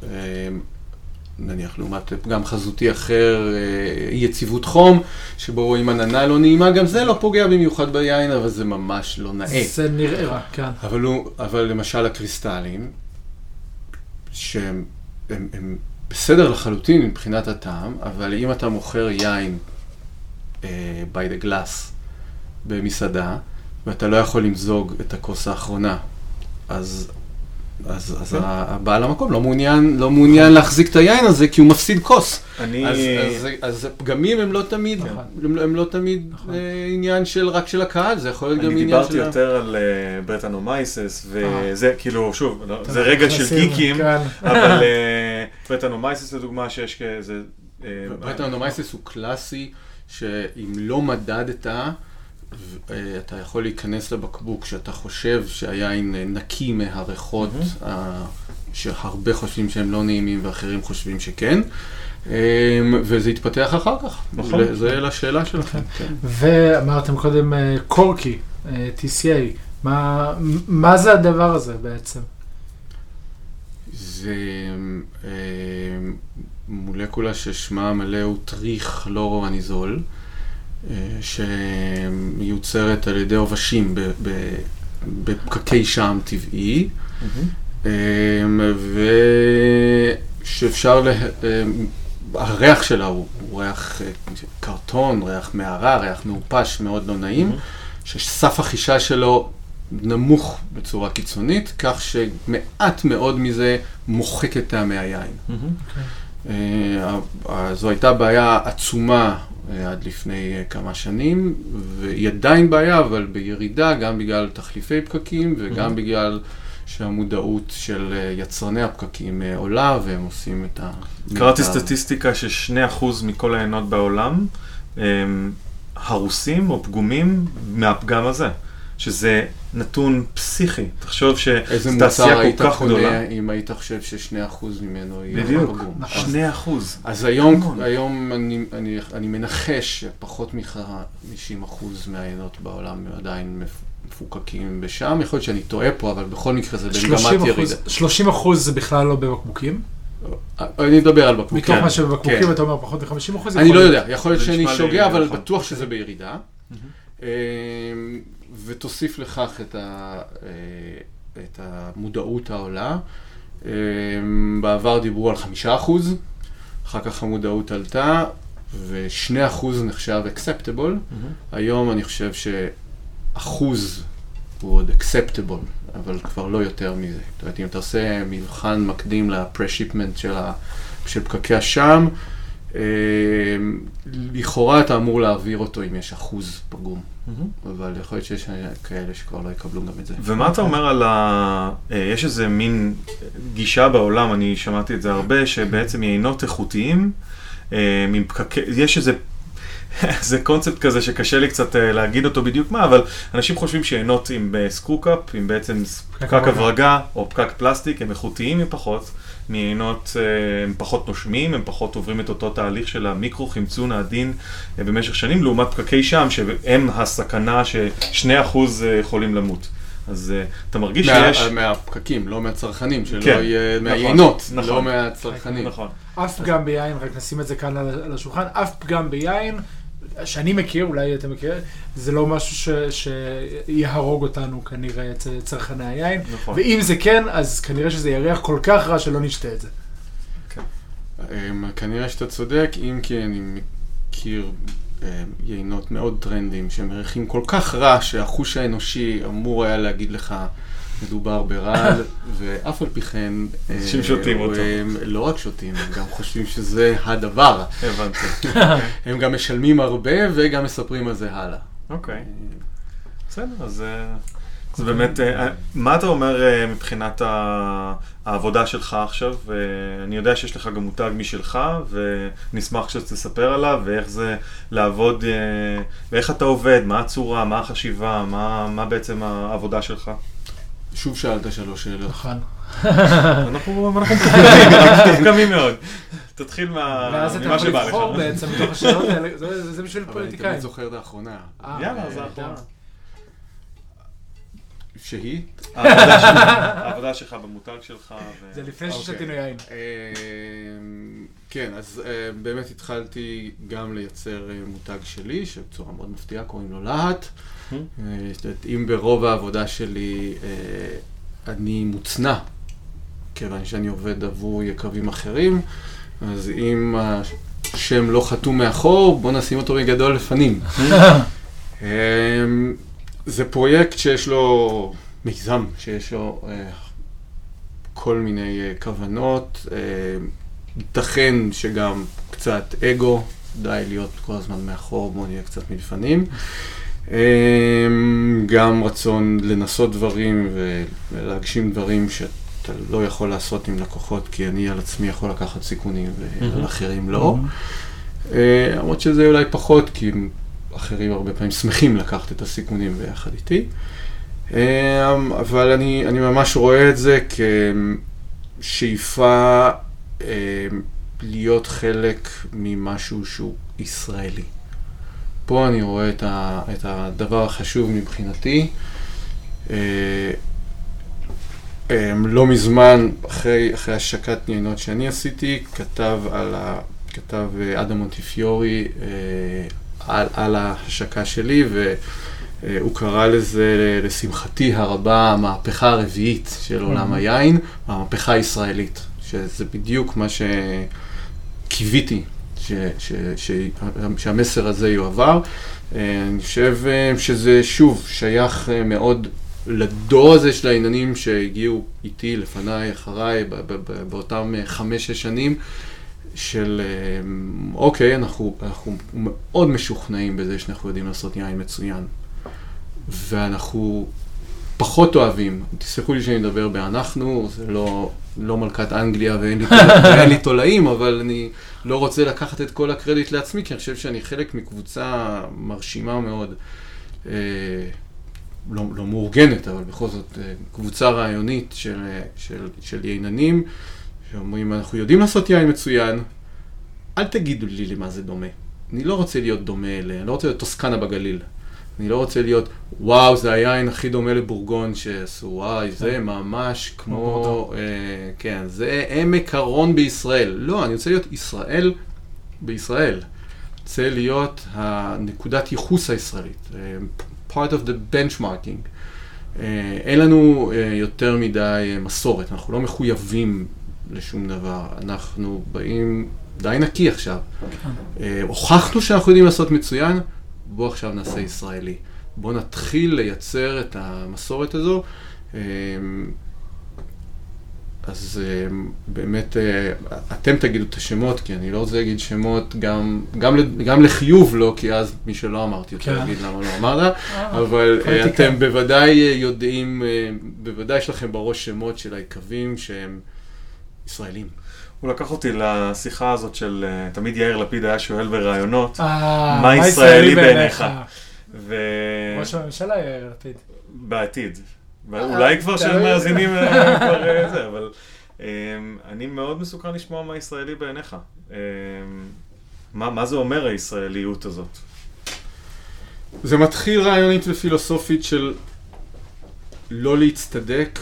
[SPEAKER 3] נניח, לעומת פגם חזותי אחר, אי יציבות חום, שבו רואים עננה לא נעימה, גם זה לא פוגע במיוחד ביין, אבל זה ממש לא נאה.
[SPEAKER 2] זה נראה רע, כן.
[SPEAKER 3] אבל, הוא, אבל למשל הקריסטלים, שהם הם, הם בסדר לחלוטין מבחינת הטעם, אבל אם אתה מוכר יין uh, by the glass במסעדה, ואתה לא יכול למזוג את הכוס האחרונה, אז, אז, אז הבעל המקום לא מעוניין, לא מעוניין להחזיק את היין הזה, כי הוא מפסיד כוס. אני... אז, אז, אז הפגמים הם לא תמיד, הם, הם לא תמיד uh, עניין של, רק של הקהל, זה יכול להיות גם עניין של...
[SPEAKER 1] אני דיברתי יותר על ברטנומייסס, וזה כאילו, שוב, זה רגע של גיקים, אבל ברטנומייסס לדוגמה שיש כאיזה...
[SPEAKER 3] ברטנומייסס הוא קלאסי, שאם לא מדדת, אתה יכול להיכנס לבקבוק שאתה חושב שהיין נקי מהריחות, שהרבה חושבים שהם לא נעימים ואחרים חושבים שכן, וזה יתפתח אחר כך. זה לשאלה שלכם.
[SPEAKER 2] ואמרתם קודם קורקי, טי סי איי, מה זה הדבר הזה בעצם?
[SPEAKER 3] זה מולקולה ששמה המלא הוא טריך לורואניזול, שמיוצרת על ידי עובשים בפקקי שעם טבעי, ושאפשר, הריח שלה הוא ריח קרטון, ריח מערה, ריח מעופש מאוד לא נעים, שסף החישה שלו נמוך בצורה קיצונית, כך שמעט מאוד מזה מוחק את טעמי היין. זו הייתה בעיה עצומה עד לפני כמה שנים, והיא עדיין בעיה, אבל בירידה, גם בגלל תחליפי פקקים, וגם בגלל שהמודעות של יצרני הפקקים עולה, והם עושים את ה...
[SPEAKER 1] קראתי סטטיסטיקה ששני אחוז מכל העיינות בעולם הרוסים או פגומים מהפגם הזה, שזה נתון פסיכי. תחשוב
[SPEAKER 3] איזה מוצר היית קונה אם היית חושב ששני אחוז ממנו יהיה
[SPEAKER 1] בדיוק,
[SPEAKER 3] פגום.
[SPEAKER 1] שני אחוז.
[SPEAKER 3] אז היום, היום אני, אני, אני מנחש שפחות מ-חמישים אחוז מהעיינות בעולם עדיין מפוקקים בשם. יכול להיות שאני טועה פה, אבל בכל מקרה זה במגמת ירידה.
[SPEAKER 2] שלושים אחוז זה בכלל לא בבקבוקים?
[SPEAKER 3] אני מדבר על בקבוקים.
[SPEAKER 2] מתוך מה שבבקבוקים אתה אומר פחות מ-חמישים אחוז?
[SPEAKER 3] אני לא יודע, יכול להיות שאני שוגע, אבל בטוח שזה בירידה. ותוסיף לכך את, ה, את המודעות העולה. בעבר דיברו על חמישה אחוז, אחר כך המודעות עלתה, ושני אחוז נחשב acceptable. Mm-hmm. היום אני חושב שאחוז הוא עוד acceptable, אבל כבר לא יותר מזה. זאת אומרת, אם אתה עושה מבחן מקדים לפרשיפמנט של, ה, של פקקי השם, לכאורה אתה אמור להעביר אותו אם יש אחוז פגום. אבל יכול להיות שיש כאלה שכבר לא יקבלו גם את זה.
[SPEAKER 1] ומה אתה אומר על ה... יש איזה מין גישה בעולם, אני שמעתי את זה הרבה, שבעצם יינות איכותיים, יש איזה... זה קונספט כזה שקשה לי קצת להגיד אותו בדיוק מה, אבל אנשים חושבים שיינות עם סקרוקאפ, עם בעצם פקק הברגה או פקק פלסטיק, הם איכותיים מפחות, מיינות הם פחות נושמים, הם פחות עוברים את אותו תהליך של המיקרו-חמצון העדין במשך שנים, לעומת פקקי שם, שהם הסכנה ששני אחוז יכולים למות. אז אתה מרגיש שיש...
[SPEAKER 3] מהפקקים, לא מהצרכנים, שלא יהיה מהיינות, לא מהצרכנים.
[SPEAKER 1] נכון.
[SPEAKER 2] אף פגם ביין, רק נשים את זה כאן על השולחן, אף פגם ביין, שאני מכיר, אולי אתה מכיר, זה לא משהו שיהרוג אותנו כנראה צרכני היין, ואם זה כן, אז כנראה שזה יריח כל כך רע שלא נשתה את זה.
[SPEAKER 3] כנראה שאתה צודק, אם כי אני מכיר יינות מאוד טרנדים שמריחים כל כך רע שהחוש האנושי אמור היה להגיד לך מדובר ברעל, ואף על פי כן
[SPEAKER 1] אנשים שותים אותו.
[SPEAKER 3] לא רק שותים, הם גם חושבים שזה הדבר.
[SPEAKER 1] הבנתי.
[SPEAKER 3] הם גם משלמים הרבה וגם מספרים על זה הלאה.
[SPEAKER 1] אוקיי. בסדר, אז זה באמת, מה אתה אומר מבחינת העבודה שלך עכשיו? אני יודע שיש לך גם מותג משלך, ונשמח שתספר עליו, ואיך זה לעבוד, ואיך אתה עובד, מה הצורה, מה החשיבה, מה בעצם העבודה שלך?
[SPEAKER 3] שוב שאלת שלוש שאלות.
[SPEAKER 2] נכון.
[SPEAKER 1] אנחנו מתוחכמים מאוד. תתחיל ממה שבא לך.
[SPEAKER 2] ואז אתה יכול לבחור בעצם מתוך השאלות האלה, זה בשביל פוליטיקאים.
[SPEAKER 3] אבל אני תמיד זוכר את האחרונה.
[SPEAKER 1] יאללה, זה האחרונה.
[SPEAKER 3] שהיא?
[SPEAKER 1] העבודה שלך במותג שלך.
[SPEAKER 2] זה לפני ששתינו יין.
[SPEAKER 3] כן, אז באמת התחלתי גם לייצר מותג שלי, שבצורה מאוד מפתיעה קוראים לו להט. אם ברוב העבודה שלי אני מוצנע, כיוון שאני עובד עבור יקבים אחרים, אז אם השם לא חתום מאחור, בוא נשים אותו מגדול לפנים. זה פרויקט שיש לו מיזם, שיש לו כל מיני כוונות, ייתכן שגם קצת אגו, די להיות כל הזמן מאחור, בוא נהיה קצת מלפנים. גם רצון לנסות דברים ולהגשים דברים שאתה לא יכול לעשות עם לקוחות, כי אני על עצמי יכול לקחת סיכונים ועל אחרים לא. למרות שזה אולי פחות, כי אחרים הרבה פעמים שמחים לקחת את הסיכונים ביחד איתי. אבל אני, אני ממש רואה את זה כשאיפה להיות חלק ממשהו שהוא ישראלי. פה אני רואה את, ה, את הדבר החשוב מבחינתי. לא מזמן, אחרי, אחרי השקת יינות שאני עשיתי, כתב, על ה, כתב אדם מונטיפיורי על, על ההשקה שלי, והוא קרא לזה, לשמחתי הרבה, המהפכה הרביעית של עולם היין, המהפכה הישראלית, שזה בדיוק מה שקיוויתי. ש, ש, ש, שהמסר הזה יועבר. אני חושב שזה שוב שייך מאוד לדור הזה של העניינים שהגיעו איתי, לפניי, אחריי, ב, ב, ב, באותם חמש-שש שנים, של אוקיי, אנחנו, אנחנו מאוד משוכנעים בזה שאנחנו יודעים לעשות יין מצוין. ואנחנו פחות אוהבים, תסלחו לי שאני מדבר באנחנו, זה לא, לא מלכת אנגליה ואין לי, ואין לי תולעים, אבל אני לא רוצה לקחת את כל הקרדיט לעצמי, כי אני חושב שאני חלק מקבוצה מרשימה מאוד, אה, לא, לא מאורגנת, אבל בכל זאת קבוצה רעיונית של, של, של ייננים, שאומרים, אנחנו יודעים לעשות יין מצוין, אל תגידו לי למה זה דומה. אני לא רוצה להיות דומה אלה, אני לא רוצה להיות טוסקנה בגליל. אני לא רוצה להיות, וואו, זה היין הכי דומה לבורגון שעשו, וואי, זה ממש כמו, אה, כן, זה עמק הרון בישראל. לא, אני רוצה להיות ישראל בישראל. רוצה להיות הנקודת ייחוס הישראלית. part of the benchmarking. אין לנו יותר מדי מסורת, אנחנו לא מחויבים לשום דבר. אנחנו באים די נקי עכשיו. הוכחנו שאנחנו יודעים לעשות מצוין, בוא עכשיו נעשה ישראלי. בוא נתחיל לייצר את המסורת הזו. אז באמת, אתם תגידו את השמות, כי אני לא רוצה להגיד שמות גם, גם, גם לחיוב לא, כי אז מי שלא אמרתי יותר להגיד למה לא אמרת, אבל אתם בוודאי יודעים, בוודאי יש לכם בראש שמות של היקבים שהם ישראלים.
[SPEAKER 1] הוא לקח אותי לשיחה הזאת של, תמיד יאיר לפיד היה שואל ברעיונות, מה ישראלי בעיניך?
[SPEAKER 2] ראש הממשלה יאיר לפיד.
[SPEAKER 1] בעתיד. אולי כבר של מאזינים כבר זה, אבל אני מאוד מסוכן לשמוע מה ישראלי בעיניך. מה זה אומר הישראליות הזאת?
[SPEAKER 3] זה מתחיל רעיונית ופילוסופית של לא להצטדק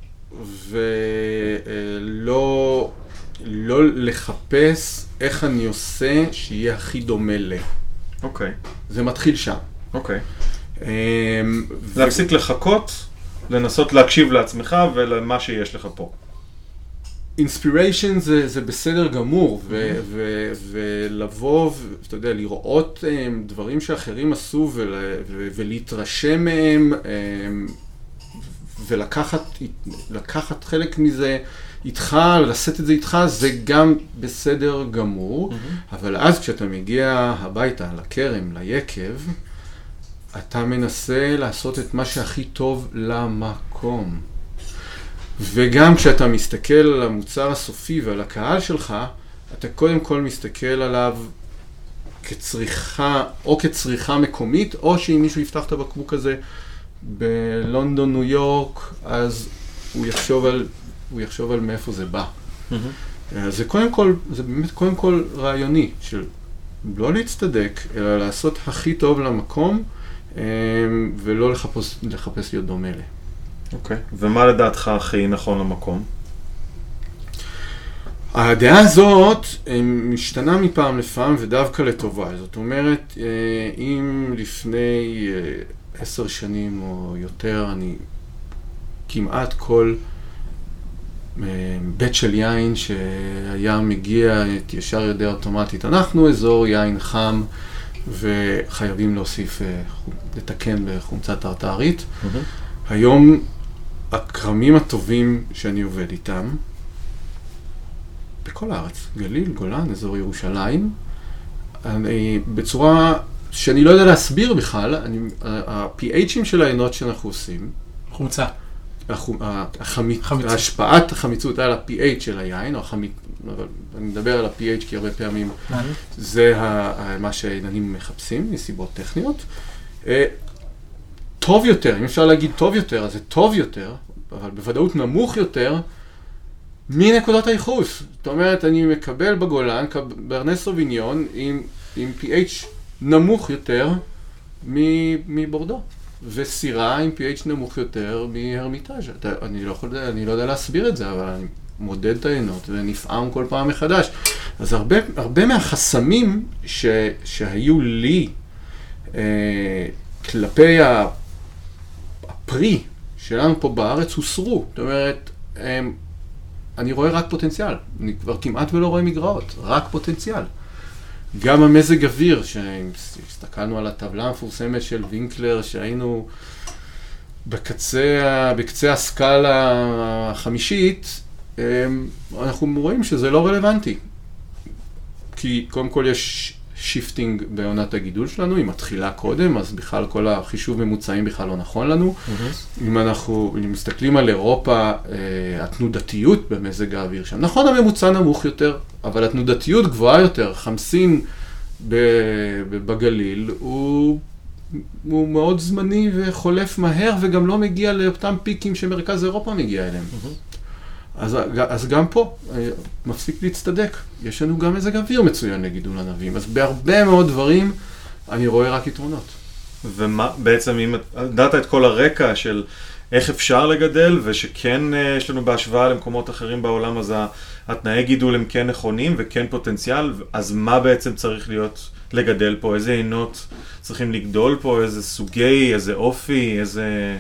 [SPEAKER 3] ולא לא לחפש איך אני עושה שיהיה הכי דומה ל.
[SPEAKER 1] אוקיי.
[SPEAKER 3] זה מתחיל שם.
[SPEAKER 1] אוקיי. להפסיק לחכות, לנסות להקשיב לעצמך ולמה שיש לך פה.
[SPEAKER 3] אינספיריישן זה, זה בסדר גמור, ו- ו- ולבוא, אתה יודע, לראות um, דברים שאחרים עשו ול- ו- ולהתרשם מהם, um, ולקחת לקחת חלק מזה איתך, לשאת את זה איתך, זה גם בסדר גמור, mm-hmm. אבל אז כשאתה מגיע הביתה, לכרם, ליקב, אתה מנסה לעשות את מה שהכי טוב למקום. וגם כשאתה מסתכל על המוצר הסופי ועל הקהל שלך, אתה קודם כל מסתכל עליו כצריכה, או כצריכה מקומית, או שאם מישהו יפתח את הבקבוק הזה בלונדון, ניו יורק, אז הוא יחשוב על, הוא יחשוב על מאיפה זה בא. Mm-hmm. זה קודם כל, זה באמת קודם כל רעיוני, של לא להצטדק, אלא לעשות הכי טוב למקום, ולא לחפש, לחפש להיות דומה לה.
[SPEAKER 1] אוקיי. ומה לדעתך הכי נכון למקום?
[SPEAKER 3] הדעה הזאת משתנה מפעם לפעם ודווקא לטובה. זאת אומרת, אם לפני עשר שנים או יותר, אני כמעט כל בית של יין שהיה מגיע ישר יודע אוטומטית. אנחנו אזור יין חם וחייבים להוסיף, לתקן בחומצת טרטרית. Mm-hmm. היום הקרמים הטובים שאני עובד איתם, בכל הארץ, גליל, גולן, אזור ירושלים, אני, בצורה שאני לא יודע להסביר בכלל, אני, ה-פי אייץ'ים של העינות שאנחנו עושים,
[SPEAKER 2] חומצה.
[SPEAKER 3] החמית, ההשפעת החמיצות על ה-פי אייץ' של היין, או החמית, אבל אני מדבר על ה-פי אייץ' כי הרבה פעמים זה מה שהעיננים מחפשים, מסיבות טכניות. טוב יותר, אם אפשר להגיד טוב יותר, אז זה טוב יותר, אבל בוודאות נמוך יותר, מנקודות הייחוס. זאת אומרת, אני מקבל בגולן קברנה סוביניון עם, עם פי אייץ' נמוך יותר מבורדו, וסירה עם פי אייץ' נמוך יותר מהרמיטאז'. אני לא יכול, אני לא יודע להסביר את זה, אבל אני מודד את העינות ונפעם כל פעם מחדש. אז הרבה, הרבה מהחסמים ש, שהיו לי אה, כלפי ה... הפרי שלנו פה בארץ הוסרו. זאת אומרת, אני רואה רק פוטנציאל. אני כבר כמעט ולא רואה מגרעות, רק פוטנציאל. גם המזג אוויר, שהסתכלנו על הטבלה המפורסמת של וינקלר, שהיינו בקצה, בקצה הסקאלה החמישית, אנחנו רואים שזה לא רלוונטי. כי קודם כל יש שיפטינג בעונת הגידול שלנו, היא מתחילה קודם, אז בכלל כל החישוב ממוצעים בכלל לא נכון לנו. Mm-hmm. אם אנחנו אם מסתכלים על אירופה, אה, התנודתיות במזג האוויר שם, נכון הממוצע נמוך יותר, אבל התנודתיות גבוהה יותר, חמסין בגליל הוא הוא מאוד זמני וחולף מהר, וגם לא מגיע לאותם פיקים שמרכז אירופה מגיע אליהם. אז, אז גם פה, מפסיק להצטדק. יש לנו גם מזג אוויר מצוין לגידול ענבים. אז בהרבה מאוד דברים, אני רואה רק יתרונות.
[SPEAKER 1] ומה, בעצם, אם דעת את כל הרקע של איך אפשר לגדל, ושכן יש לנו בהשוואה למקומות אחרים בעולם, אז התנאי גידול הם כן נכונים וכן פוטנציאל, אז מה בעצם צריך להיות לגדל פה? איזה עינות צריכים לגדול פה? איזה סוגי, איזה אופי, איזה...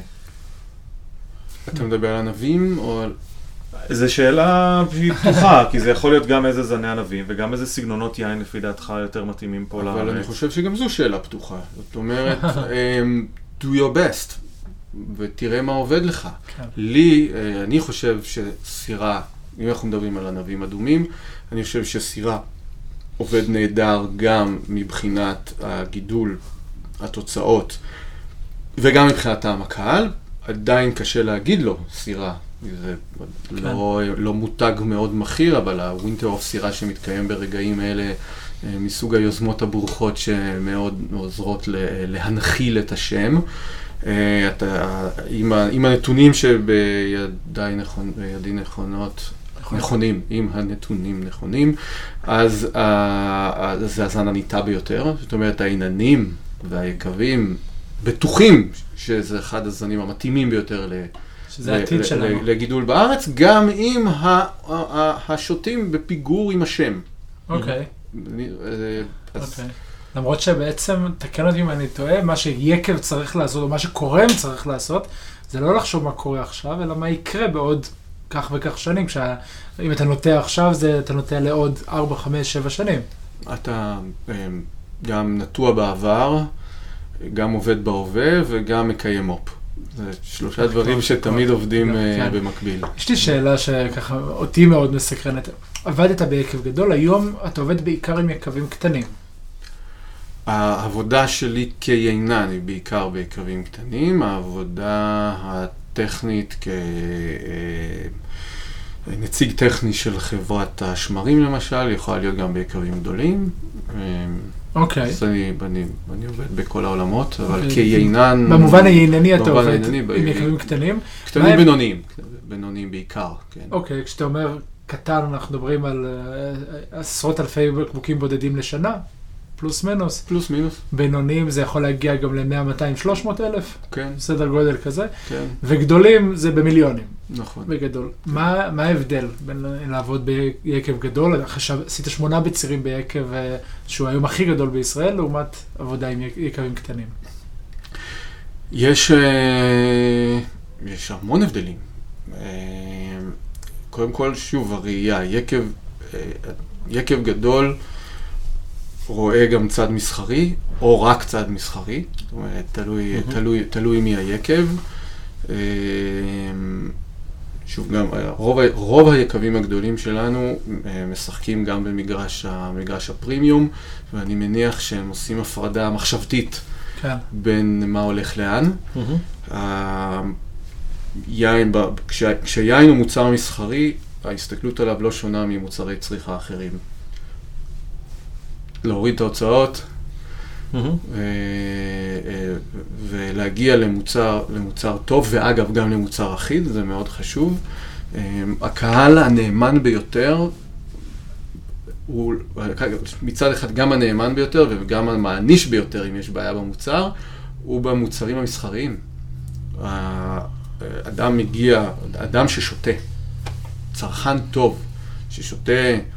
[SPEAKER 3] אתה מדבר על ענבים או על...
[SPEAKER 1] זו שאלה פתוחה, כי זה יכול להיות גם איזה זני ענבים, וגם איזה סגנונות יין לפי דעתך יותר מתאימים פה לארץ.
[SPEAKER 3] אבל אני חושב שגם זו שאלה פתוחה. זאת אומרת, do your best, ותראה מה עובד לך. לי, אני חושב שסירה, אם אנחנו מדברים על ענבים אדומים, אני חושב שסירה עובד נהדר גם מבחינת הגידול, התוצאות, וגם מבחינת טעם הקהל. עדיין קשה להגיד לו סירה. זה לא, לא מותג מאוד מחיר, אבל הווינטר אוף סירה שמתקיים ברגעים אלה מסוג היוזמות הברוכות שמאוד עוזרות להנחיל את השם. אתה, עם, עם הנתונים שבידי נכון, בידי נכונות, נכונים, עם הנתונים נכונים, אז זה הזן הניטה ביותר. זאת אומרת, העיננים והיקבים בטוחים שזה אחד הזנים המתאימים ביותר ל...
[SPEAKER 2] שזה העתיד שלנו.
[SPEAKER 3] לגידול בארץ, גם אם השוטים בפיגור עם השם.
[SPEAKER 2] אוקיי. אוקיי. למרות שבעצם, תקן אותי אם אני טועה, מה שיקב צריך לעשות, או מה שקורם צריך לעשות, זה לא לחשוב מה קורה עכשיו, אלא מה יקרה בעוד כך וכך שנים. אם אתה נוטע עכשיו, אתה נוטע לעוד ארבע, חמש, שבע שנים.
[SPEAKER 3] אתה גם נטוע בעבר, גם עובד בהווה וגם מקיים מופ. זה שלושה דברים שתמיד עובדים במקביל.
[SPEAKER 2] יש לי שאלה שככה אותי מאוד מסקרנת. עבדת ביקב גדול, היום אתה עובד בעיקר עם יקבים קטנים.
[SPEAKER 3] העבודה שלי כיינן היא בעיקר ביקבים קטנים, העבודה הטכנית כנציג טכני של חברת השמרים למשל, יכולה להיות גם ביקבים גדולים.
[SPEAKER 2] אוקיי.
[SPEAKER 3] אז אני, אני, אני עובד בכל העולמות, אבל כיינן...
[SPEAKER 2] במובן היינני אתה עובד עם יקבים קטנים.
[SPEAKER 3] קטנים בינוניים, בינוניים בעיקר, כן.
[SPEAKER 2] אוקיי, כשאתה אומר קטן, אנחנו מדברים על עשרות אלפי בקבוקים בודדים לשנה, פלוס מינוס.
[SPEAKER 3] פלוס מינוס.
[SPEAKER 2] בינוניים זה יכול להגיע גם ל-מאה, מאתיים, שלוש מאות אלף.
[SPEAKER 3] כן.
[SPEAKER 2] סדר גודל כזה.
[SPEAKER 3] כן.
[SPEAKER 2] וגדולים זה במיליונים.
[SPEAKER 3] נכון.
[SPEAKER 2] בגדול. מה, מה ההבדל בין לעבוד ביקב גדול? עכשיו, עשית שמונה בצירים ביקב שהוא היום הכי גדול בישראל, לעומת עבודה עם יקבים קטנים.
[SPEAKER 3] יש, יש המון הבדלים. קודם כל, שוב, הראייה, יקב, יקב גדול רואה גם צד מסחרי, או רק צד מסחרי. זאת אומרת, תלוי, mm-hmm. תלוי, תלוי מי היקב. שוב, גם רוב, רוב היקבים הגדולים שלנו משחקים גם במגרש המגרש הפרימיום, ואני מניח שהם עושים הפרדה מחשבתית כן. בין מה הולך לאן. Mm-hmm. היין, כשה, כשיין הוא מוצר מסחרי, ההסתכלות עליו לא שונה ממוצרי צריכה אחרים. להוריד את ההוצאות mm-hmm. ו, ולהגיע למוצר, למוצר טוב, ואגב גם למוצר אחיד, זה מאוד חשוב. הקהל הנאמן ביותר, הוא מצד אחד גם הנאמן ביותר וגם המעניש ביותר אם יש בעיה במוצר, הוא במוצרים המסחריים. אדם מגיע, אדם ששותה, צרכן טוב, ששותה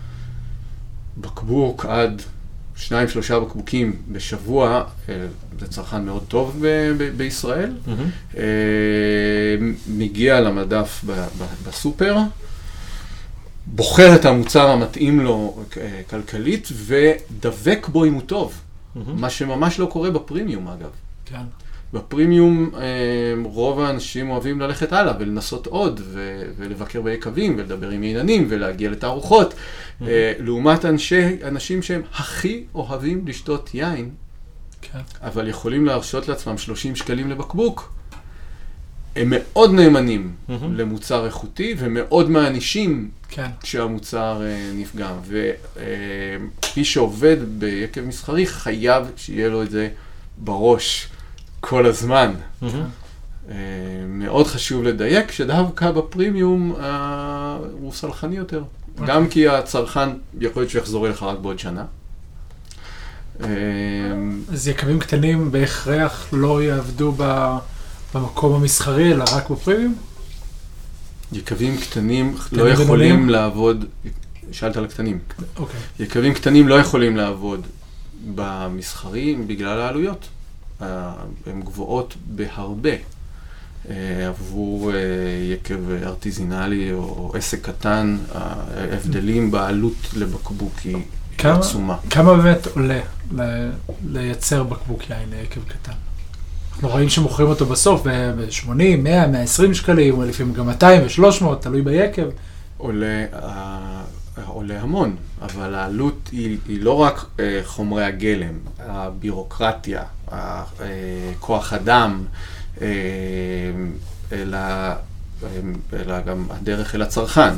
[SPEAKER 3] בקבוק עד שניים, שלושה בקבוקים בשבוע, זה צרכן מאוד טוב ב- ב- בישראל, mm-hmm. מגיע למדף ב- ב- בסופר, בוחר את המוצר המתאים לו כלכלית ודבק בו אם הוא טוב, mm-hmm. מה שממש לא קורה בפרימיום אגב.
[SPEAKER 2] כן.
[SPEAKER 3] בפרימיום רוב האנשים אוהבים ללכת הלאה ולנסות עוד ו- ולבקר ביקבים ולדבר עם עיננים ולהגיע לתערוכות. Mm-hmm. לעומת אנשי, אנשים שהם הכי אוהבים לשתות יין, כן. אבל יכולים להרשות לעצמם שלושים שקלים לבקבוק. הם מאוד נאמנים mm-hmm. למוצר איכותי ומאוד מענישים כן. כשהמוצר נפגם. ומי שעובד ביקב מסחרי חייב שיהיה לו את זה בראש. כל הזמן. מאוד חשוב לדייק שדווקא בפרימיום הוא סלחני יותר. גם כי הצרכן יכול להיות שהוא יחזור אליך רק בעוד שנה.
[SPEAKER 2] אז יקבים קטנים בהכרח לא יעבדו במקום המסחרי, אלא רק בפרימיום?
[SPEAKER 3] יקבים קטנים לא יכולים לעבוד, שאלת על הקטנים.
[SPEAKER 2] אוקיי.
[SPEAKER 3] יקבים קטנים לא יכולים לעבוד במסחרי בגלל העלויות. הן גבוהות בהרבה. עבור יקב ארטיזינלי או עסק קטן, ההבדלים בעלות לבקבוק היא עצומה.
[SPEAKER 2] כמה באמת עולה לייצר בקבוק יין ליקב קטן? אנחנו רואים שמוכרים אותו בסוף ב-שמונים, מאה, מאה ועשרים שקלים, לפעמים גם מאתיים ו-שלוש מאות, תלוי ביקב.
[SPEAKER 3] עולה, עולה המון, אבל העלות היא, היא לא רק חומרי הגלם, הבירוקרטיה, כוח אדם, אלא, אלא גם הדרך אל הצרכן.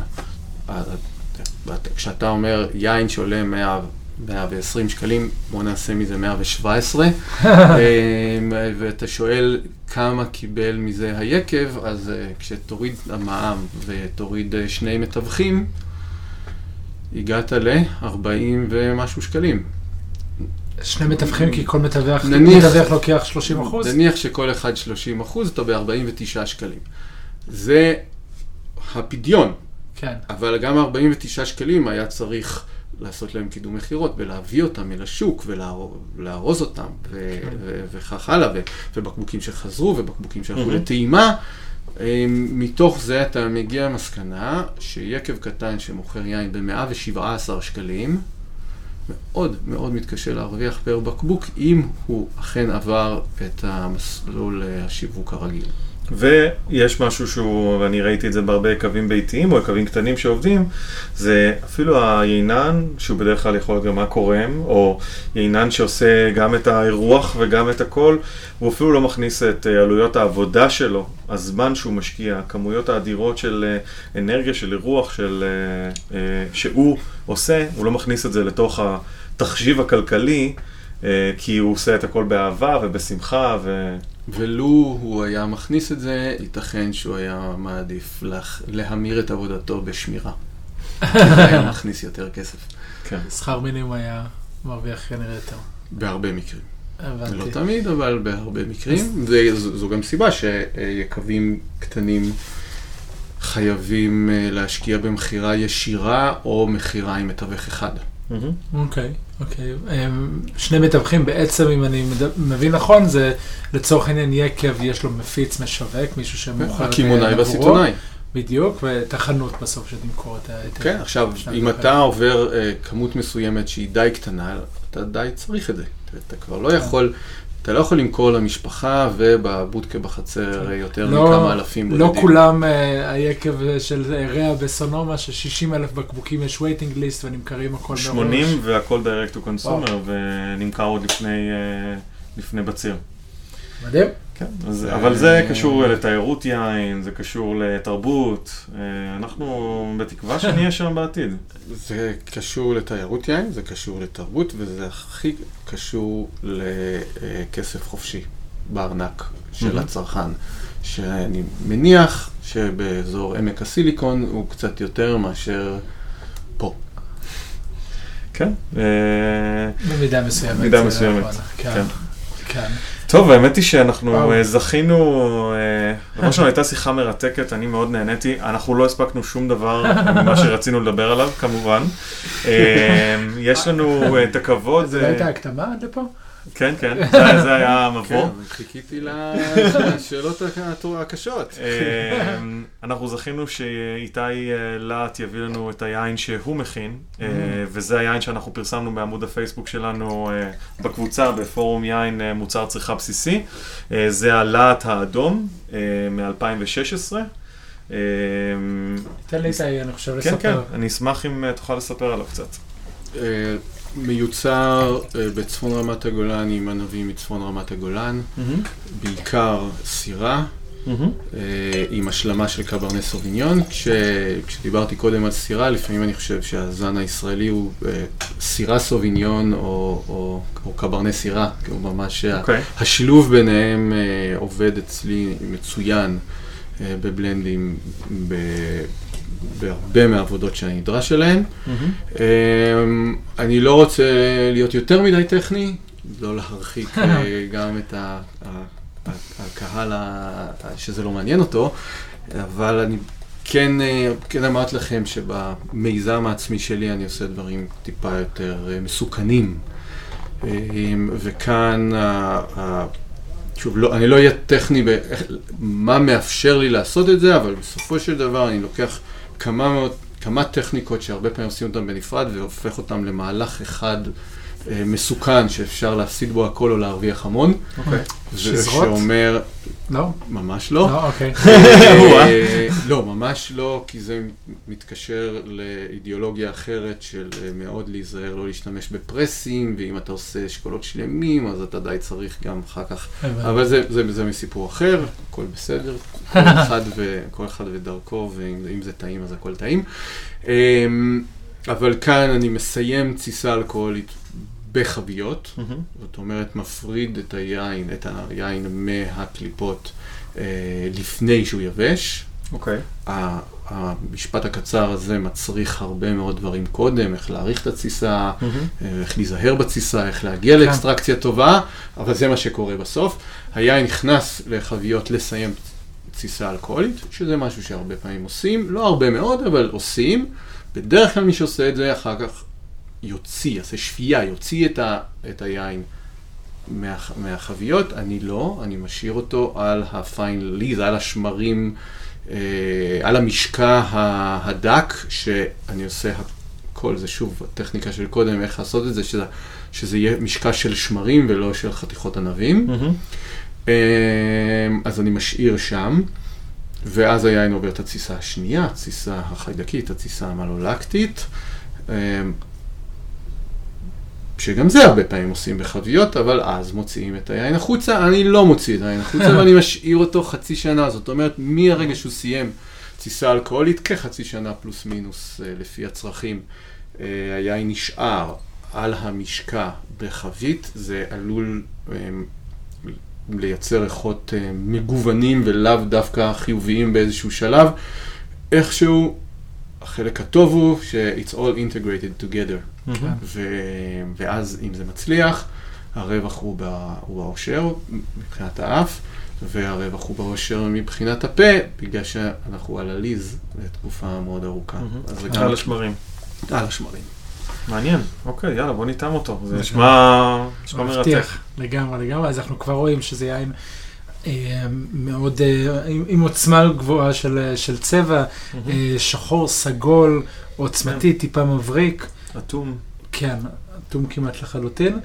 [SPEAKER 3] כשאתה אומר יין שעולה מאה ועשרים שקלים, בוא נעשה מזה מאה ושבע עשרה, ואתה שואל כמה קיבל מזה היקב, אז כשתוריד המע"מ ותוריד שני מתווכים, הגעת ל-ארבעים ומשהו שקלים.
[SPEAKER 2] שני מתווכים, כי כל מתווך, מתווך לוקח שלושים אחוז?
[SPEAKER 3] נניח שכל אחד שלושים אחוז, אתה ב-ארבעים ותשעה שקלים. זה הפדיון.
[SPEAKER 2] כן.
[SPEAKER 3] אבל גם ארבעים ותשעה שקלים היה צריך לעשות להם קידום מחירות, ולהביא אותם אל השוק, ולארוז אותם, וכך הלאה, ובקבוקים שחזרו, ובקבוקים שהלכו לטעימה. מתוך זה אתה מגיע למסקנה שיקב קטן שמוכר יין ב-מאה ושבעה עשר שקלים, מאוד מאוד מתקשה להרוויח פר בקבוק, אם הוא אכן עבר את המסלול השיווק הרגיל.
[SPEAKER 1] ויש משהו שהוא, ואני ראיתי את זה בהרבה יקבים ביתיים, או יקבים קטנים שעובדים, זה אפילו היינן, שהוא בדרך כלל יכול להיות גם הקורם, או יינן שעושה גם את האירוח וגם את הכל, הוא אפילו לא מכניס את עלויות העבודה שלו, הזמן שהוא משקיע, כמויות האדירות של אנרגיה, של אירוח, של, שהוא עושה, הוא לא מכניס את זה לתוך התחשיב הכלכלי, כי הוא עושה את הכל באהבה ובשמחה ו...
[SPEAKER 3] ולו הוא היה מכניס את זה, ייתכן שהוא היה מעדיף להמיר את עבודתו בשמירה. כי הוא היה מכניס יותר כסף.
[SPEAKER 2] כן. שכר מינימום היה מרוויח כנראה יותר.
[SPEAKER 3] בהרבה מקרים.
[SPEAKER 2] הבנתי.
[SPEAKER 3] לא תמיד, אבל בהרבה מקרים. וזו גם סיבה שיקבים קטנים חייבים להשקיע במחירה ישירה או מחירה עם מתווך אחד.
[SPEAKER 2] אוקיי, אוקיי. שני מתווכים בעצם, אם אני מבין נכון, זה לצורך העניין יקב, יש לו מפיץ משווק, מישהו שמוכר את
[SPEAKER 3] הקמעונאי והסיטונאי.
[SPEAKER 2] בדיוק, ותחנות בסוף שתמכור את ה...
[SPEAKER 3] כן, עכשיו, אם אתה עובר כמות מסוימת שהיא די קטנה, אתה די צריך את זה. אתה כבר לא יכול... אתה לא יכול למכור למשפחה ובבודקה בחצר יותר מכמה אלפים בודדים.
[SPEAKER 2] לא כולם היקב של ריאה בסונומה, ש-שישים אלף בקבוקים יש waiting list ונמכרים הכל מראש.
[SPEAKER 1] שמונים והכל direct to consumer ונמכר עוד לפני בציר.
[SPEAKER 2] מדהים.
[SPEAKER 1] כן, אבל זה קשור לתיירות יין, זה קשור לתרבות, אנחנו בתקווה שנהיה שם בעתיד.
[SPEAKER 3] זה קשור לתיירות יין, זה קשור לתרבות, וזה הכי קשור לכסף חופשי בארנק של הצרכן, שאני מניח שבאזור עמק הסיליקון הוא קצת יותר מאשר פה.
[SPEAKER 1] כן.
[SPEAKER 2] במידה מסוימת.
[SPEAKER 1] במידה מסוימת,
[SPEAKER 2] כן. כן.
[SPEAKER 1] טוב, האמת היא שאנחנו זכינו, דבר שלנו הייתה שיחה מרתקת, אני מאוד נהניתי, אנחנו לא הספקנו שום דבר ממה שרצינו לדבר עליו, כמובן. יש לנו את הכבוד...
[SPEAKER 2] זה לא הייתה הקדמה עד לפה?
[SPEAKER 1] כן, כן, זה היה המבוא.
[SPEAKER 3] כן, חיכיתי לשאלות הקשות.
[SPEAKER 1] אנחנו זכינו שאיתי לט יביא לנו את היין שהוא מכין, וזה היין שאנחנו פרסמנו בעמוד הפייסבוק שלנו בקבוצה בפורום יין מוצר צריכה בסיסי. זה הלט האדום מ-אלפיים ושש עשרה.
[SPEAKER 2] תן לי איתי, אני חושב לספר.
[SPEAKER 1] כן, כן, אני אשמח אם תוכל לספר עליו קצת.
[SPEAKER 3] מיוצר בצפון רמת הגולן עם ענבים מצפון רמת הגולן, בעיקר סירה, עם השלמה של קברנה סוביניון. כשדיברתי קודם על סירה, לפעמים אני חושב שהזן הישראלי הוא סירה סוביניון או קברנה סירה, כאילו ממש השילוב ביניהם עובד אצלי מצוין בבלנדים בהרבה מהעבודות שאני נדרש אליהן. אני לא רוצה להיות יותר מדי טכני, לא להרחיק גם את הקהל שזה לא מעניין אותו, אבל אני כן, כן אמרת לכם שבמיזם העצמי שלי אני עושה דברים טיפה יותר מסוכנים. וכאן, שוב, לא, אני לא אהיה טכני במה מאפשר לי לעשות את זה, אבל בסופו של דבר אני לוקח כמה מאוד, כמה טכניקות שהרבה פעמים עושים אותם בנפרד והופך אותם למהלך אחד מסוכן שאפשר להפסיד בו הכל או להרוויח המון.
[SPEAKER 2] אוקיי.
[SPEAKER 3] שזרות? שאומר...
[SPEAKER 2] לא.
[SPEAKER 3] ממש לא.
[SPEAKER 2] לא, אוקיי.
[SPEAKER 3] לא, ממש לא, כי זה מתקשר לאידיאולוגיה אחרת של מאוד להיזהר, לא להשתמש בפרסים, ואם אתה עושה אשכולות שלמים, אז אתה די צריך גם אחר כך. אבל זה, זה, זה מסיפור אחר, הכל בסדר, כל אחד, ו, כל אחד ודרכו, ואם זה טעים, אז הכל טעים. אבל כאן אני מסיים תסיסה אלכוהולית בחביות, mm-hmm. זאת אומרת, מפריד את היין, את היין מהקליפות אה, לפני שהוא יבש.
[SPEAKER 1] אוקיי.
[SPEAKER 3] Okay. המשפט הקצר הזה מצריך הרבה מאוד דברים קודם, איך להעריך את התסיסה, mm-hmm. איך להיזהר בתסיסה, איך להגיע okay. לאקסטרקציה טובה, אבל זה מה שקורה בסוף. היין נכנס לחביות לסיים תסיסה אלכוהולית, שזה משהו שהרבה פעמים עושים, לא הרבה מאוד, אבל עושים. בדרך כלל מי שעושה את זה אחר כך יוציא, יעשה שפייה, יוציא את, ה, את היין מה, מהחביות. אני לא, אני משאיר אותו על הפיין ליז, על השמרים, אה, על המשקע הדק, שאני עושה הכל, זה שוב הטכניקה של קודם, איך לעשות את זה, שזה, שזה יהיה משקע של שמרים ולא של חתיכות ענבים. Mm-hmm. אה, אז אני משאיר שם. ואז היין עובר את התסיסה השנייה, התסיסה החיידקית, התסיסה המלולקטית, שגם זה הרבה פעמים עושים בחביות, אבל אז מוציאים את היין החוצה. אני לא מוציא את היין החוצה, ואני משאיר אותו חצי שנה. זאת אומרת, מהרגע שהוא סיים תסיסה אלכוהולית, כחצי שנה פלוס מינוס לפי הצרכים, היין נשאר על המשקע בחבית. זה עלול לייצר ריחות uh, מגוונים ולאו דווקא חיוביים באיזשהו שלב. איכשהו, החלק הטוב הוא ש-it's all integrated together. Mm-hmm. ו- ואז אם זה מצליח, הרווח הוא בעושר מבחינת האף, והרווח הוא בעושר מבחינת הפה, בגלל שאנחנו על הליז לתקופה מאוד ארוכה.
[SPEAKER 1] Mm-hmm. אז על השמרים.
[SPEAKER 3] על השמרים.
[SPEAKER 1] מעניין, אוקיי, יאללה, בוא ניתם אותו. זה נשמע מרתק.
[SPEAKER 2] לגמרי, לגמרי, אז אנחנו כבר רואים שזה יין מאוד, עם עוצמה גבוהה של צבע, שחור, סגול, עוצמתי, טיפה מבריק.
[SPEAKER 1] אטום.
[SPEAKER 2] כן, אטום כמעט לחלוטין,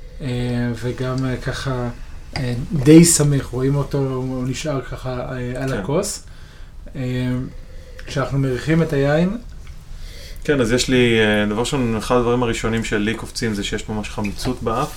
[SPEAKER 2] וגם ככה די שמח, רואים אותו, הוא נשאר ככה על הכוס. כשאנחנו מריחים את היין,
[SPEAKER 1] כן, אז יש לי, דבר ראשון, אחד הדברים הראשונים שלי קופצים זה שיש ממש חמיצות באף.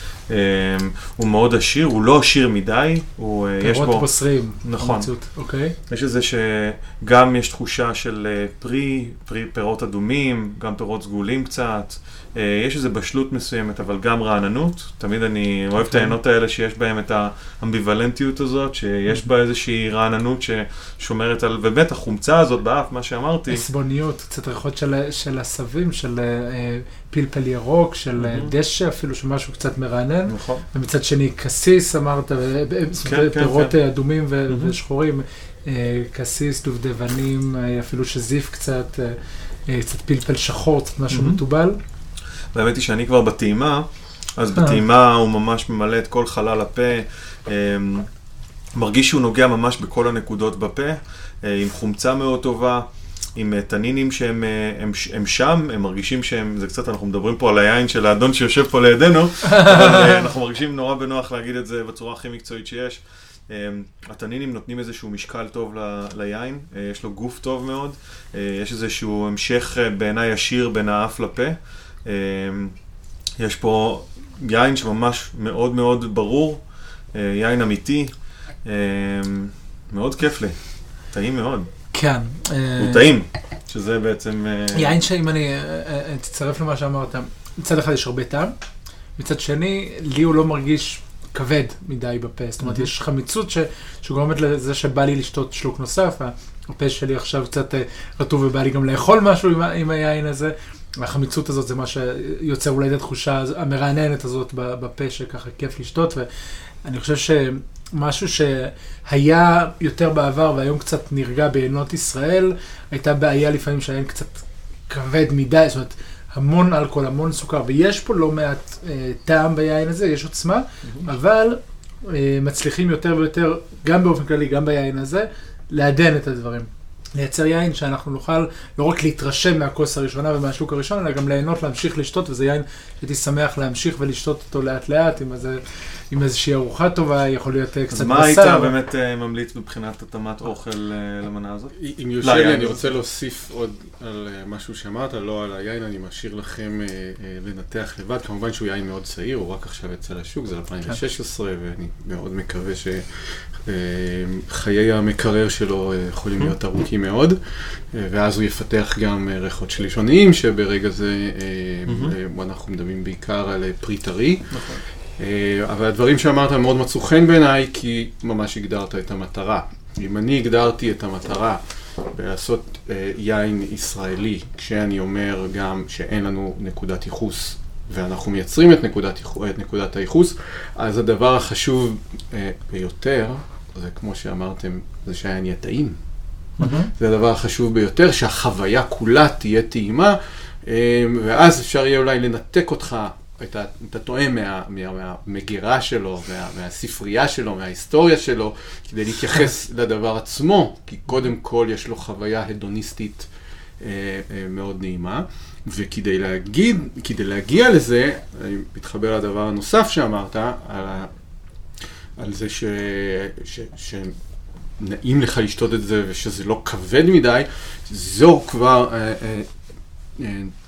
[SPEAKER 1] הוא מאוד עשיר, הוא לא עשיר מדי, הוא, יש בו...
[SPEAKER 2] פירות פוסרים,
[SPEAKER 1] נכון.
[SPEAKER 2] חמיצות, אוקיי.
[SPEAKER 1] יש איזה שגם יש תחושה של פרי, פרי, פירות אדומים, גם פירות סגולים קצת. יש איזו בשלות מסוימת, אבל גם רעננות. תמיד אני אוהב את העיינות האלה שיש בהם את האמביוולנטיות הזאת, שיש בה איזושהי רעננות ששומרת על, ובאמת החומצה הזאת באף, מה שאמרתי.
[SPEAKER 2] עסבוניות, קצת ריחות של, של עשבים, של פלפל ירוק, של דשא, אפילו שמשהו קצת מרענן.
[SPEAKER 1] נכון.
[SPEAKER 2] ומצד שני, קסיס, אמרת,
[SPEAKER 1] כן,
[SPEAKER 2] פירות
[SPEAKER 1] כן,
[SPEAKER 2] אדומים ו- mm-hmm. ושחורים, קסיס, דובדבנים, אפילו שזיף קצת, קצת פלפל שחור, קצת משהו mm-hmm. מטובל.
[SPEAKER 1] והאמת היא שאני כבר בטעימה, אז בטעימה הוא ממש ממלא את כל חלל הפה, מרגיש שהוא נוגע ממש בכל הנקודות בפה, עם חומצה מאוד טובה, עם תנינים שהם הם, הם שם, הם מרגישים שהם, זה קצת, אנחנו מדברים פה על היין של האדון שיושב פה לידינו, אבל אנחנו מרגישים נורא בנוח להגיד את זה בצורה הכי מקצועית שיש. התנינים נותנים איזשהו משקל טוב ל, ליין, יש לו גוף טוב מאוד, יש איזשהו המשך בעיניי ישיר בין האף לפה. יש פה יין שממש מאוד מאוד ברור, יין אמיתי, מאוד כיף לי. טעים מאוד.
[SPEAKER 2] כן.
[SPEAKER 1] הוא טעים, שזה בעצם...
[SPEAKER 2] יין שאם אני תצטרף למה שאמרת, מצד אחד יש הרבה טעם, מצד שני, לי הוא לא מרגיש כבד מדי בפה. זאת אומרת, יש חמיצות שגורמת לזה שבא לי לשתות שלוק נוסף, הפה שלי עכשיו קצת רטוב ובא לי גם לאכול משהו עם היין הזה. החמיצות הזאת זה מה שיוצר אולי את התחושה המרעננת הזאת בפה שככה כיף לשתות, ואני חושב שמשהו שהיה יותר בעבר והיום קצת נרגע בעינות ישראל, הייתה בעיה לפעמים שהיין קצת כבד מדי, זאת אומרת, המון אלכוהול, המון סוכר, ויש פה לא מעט אה, טעם ביין הזה, יש עוצמה, mm-hmm. אבל אה, מצליחים יותר ויותר, גם באופן כללי, גם ביין הזה, לעדן את הדברים. לייצר יין שאנחנו נוכל לא רק להתרשם מהכוס הראשונה ומהשלוק הראשון, אלא גם ליהנות, להמשיך לשתות, וזה יין שהייתי שמח להמשיך ולשתות אותו לאט לאט, עם, איזה, עם איזושהי ארוחה טובה, יכול להיות קצת בשר.
[SPEAKER 1] אז מה היית באמת ממליץ מבחינת התאמת אוכל למנה הזאת?
[SPEAKER 3] אם יושב לי, אני רוצה להוסיף עוד על משהו שאמרת, לא על היין, אני משאיר לכם לנתח לבד, כמובן שהוא יין מאוד צעיר, הוא רק עכשיו יצא לשוק, זה אלפיים ושש עשרה, ואני מאוד מקווה ש... חיי המקרר שלו יכולים להיות ארוכים מאוד, ואז הוא יפתח גם ריחות שלישוניים, שברגע זה אנחנו מדברים בעיקר על פרי טרי. אבל הדברים שאמרת מאוד מצאו חן בעיניי, כי ממש הגדרת את המטרה. אם אני הגדרתי את המטרה לעשות יין ישראלי, כשאני אומר גם שאין לנו נקודת ייחוס, ואנחנו מייצרים את נקודת, את נקודת הייחוס, אז הדבר החשוב ביותר, זה כמו שאמרתם, זה שהיין יהיה טעים. Mm-hmm. זה הדבר החשוב ביותר, שהחוויה כולה תהיה טעימה, ואז אפשר יהיה אולי לנתק אותך, את הטועם מה, מה, מהמגירה שלו, מה, מהספרייה שלו, מההיסטוריה שלו, כדי להתייחס לדבר עצמו, כי קודם כל יש לו חוויה הדוניסטית מאוד נעימה. וכדי להגיד, כדי להגיע לזה, אני מתחבר לדבר הנוסף שאמרת, על, ה, על זה ש, ש, שנעים לך לשתות את זה ושזה לא כבד מדי, זו כבר אה, אה, אה,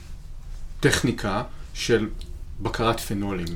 [SPEAKER 3] טכניקה של בקרת פנולים,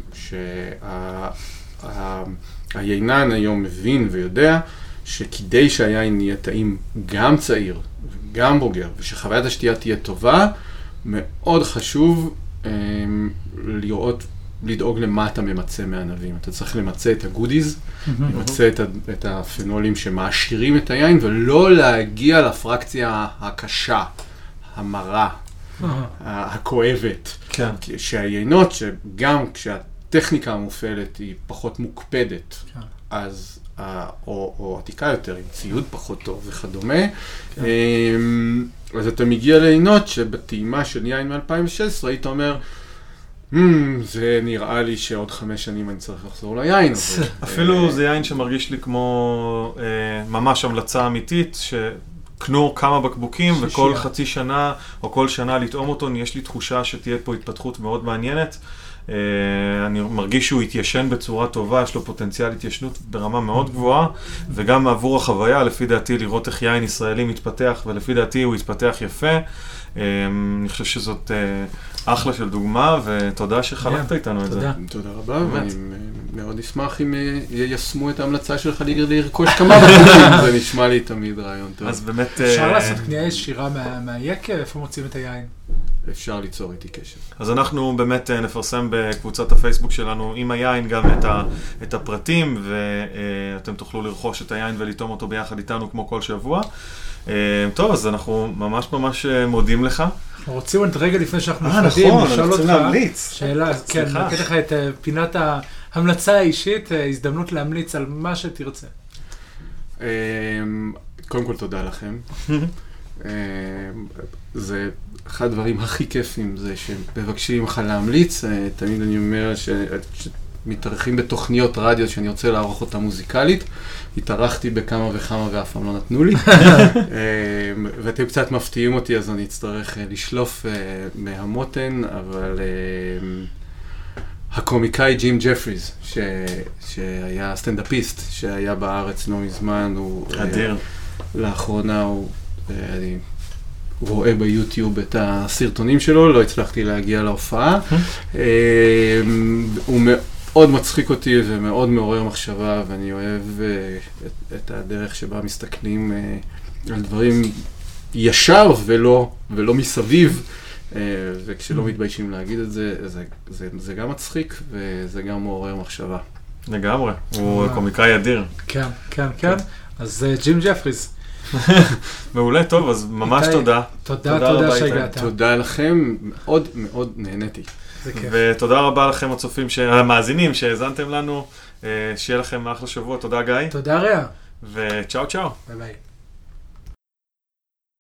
[SPEAKER 3] שהיינן היום מבין ויודע שכדי שהיין יהיה טעים גם צעיר וגם בוגר, ושחוויית השתייה תהיה טובה, מאוד חשוב אה, לראות, לדאוג למה אתה ממצא מהענבים. אתה צריך למצא את הגודיז, למצא את, את הפנולים שמעשירים את היין, ולא להגיע לפרקציה הקשה, המרה, הכואבת. כן. שהיינות, שגם כשהטכניקה המופעלת היא פחות מוקפדת, כן. אז, או, או עתיקה יותר, עם ציוד פחות טוב וכדומה, כן. אז אתה מגיע לעינות שבטעימה של יין מ-אלפיים ושש עשרה היית אומר, hmm, זה נראה לי שעוד חמש שנים אני צריך לחזור ליין. אבל,
[SPEAKER 1] אפילו זה יין שמרגיש לי כמו אה, ממש המלצה אמיתית, שקנו כמה בקבוקים שישייה. וכל חצי שנה או כל שנה לטעום אותו, יש לי תחושה שתהיה פה התפתחות מאוד מעניינת. Uh, אני מרגיש שהוא התיישן בצורה טובה, יש לו פוטנציאל התיישנות ברמה מאוד גבוהה, וגם עבור החוויה, לפי דעתי, לראות איך יין ישראלי מתפתח, ולפי דעתי הוא יתפתח יפה. Uh, אני חושב שזאת uh, אחלה של דוגמה, ותודה שחלקת איתנו את זה.
[SPEAKER 3] תודה רבה, ואני מאוד אשמח אם יישמו את ההמלצה שלך לרכוש כמה בקבוקים, זה נשמע לי תמיד רעיון טוב.
[SPEAKER 1] אז באמת...
[SPEAKER 2] אפשר לעשות קנייה ישירה מהיקב, איפה מוצאים את היין?
[SPEAKER 3] אפשר ליצור איתי קשר.
[SPEAKER 1] אז אנחנו באמת נפרסם בקבוצת הפייסבוק שלנו עם היין גם את, ה, את הפרטים, ואתם תוכלו לרכוש את היין ולטעום אותו ביחד איתנו כמו כל שבוע. טוב, אז אנחנו ממש ממש מודים לך.
[SPEAKER 2] אנחנו רוצים עוד רגע לפני שאנחנו
[SPEAKER 1] נפרדים, לשאול אותך. אה, נכון, אני רוצה להמליץ.
[SPEAKER 2] שאלה, כן, נקד לך את פינת ההמלצה האישית, הזדמנות להמליץ על מה שתרצה.
[SPEAKER 3] קודם כל תודה לכם. זה אחד הדברים הכי כיפים, זה שמבקשים לך להמליץ. תמיד אני אומר שמתארחים בתוכניות רדיו שאני רוצה לערוך אותה מוזיקלית. התארחתי בכמה וכמה ואף פעם לא נתנו לי. ואתם קצת מפתיעים אותי, אז אני אצטרך לשלוף מהמותן, אבל הקומיקאי ג'ים ג'פריז, שהיה סטנדאפיסט, שהיה בארץ לא מזמן, הוא
[SPEAKER 1] אדיר.
[SPEAKER 3] לאחרונה הוא... אני רואה ביוטיוב את הסרטונים שלו, לא הצלחתי להגיע להופעה. הוא מאוד מצחיק אותי ומאוד מעורר מחשבה, ואני אוהב את, את הדרך שבה מסתכלים על דברים ישר ולא, ולא מסביב, וכשלא מתביישים להגיד את זה, זה, זה, זה גם מצחיק וזה גם מעורר מחשבה.
[SPEAKER 1] לגמרי, הוא קומיקאי אדיר.
[SPEAKER 2] כן, כן, כן. אז ג'ים ג'פריס.
[SPEAKER 1] מעולה, טוב, אז ממש תודה.
[SPEAKER 2] תודה, תודה שהגעת.
[SPEAKER 3] תודה לכם, מאוד מאוד נהניתי.
[SPEAKER 1] ותודה רבה לכם הצופים, המאזינים שהאזנתם לנו, שיהיה לכם אחלה שבוע, תודה גיא.
[SPEAKER 2] תודה רע.
[SPEAKER 1] וצ'או צ'או.
[SPEAKER 2] ביי ביי.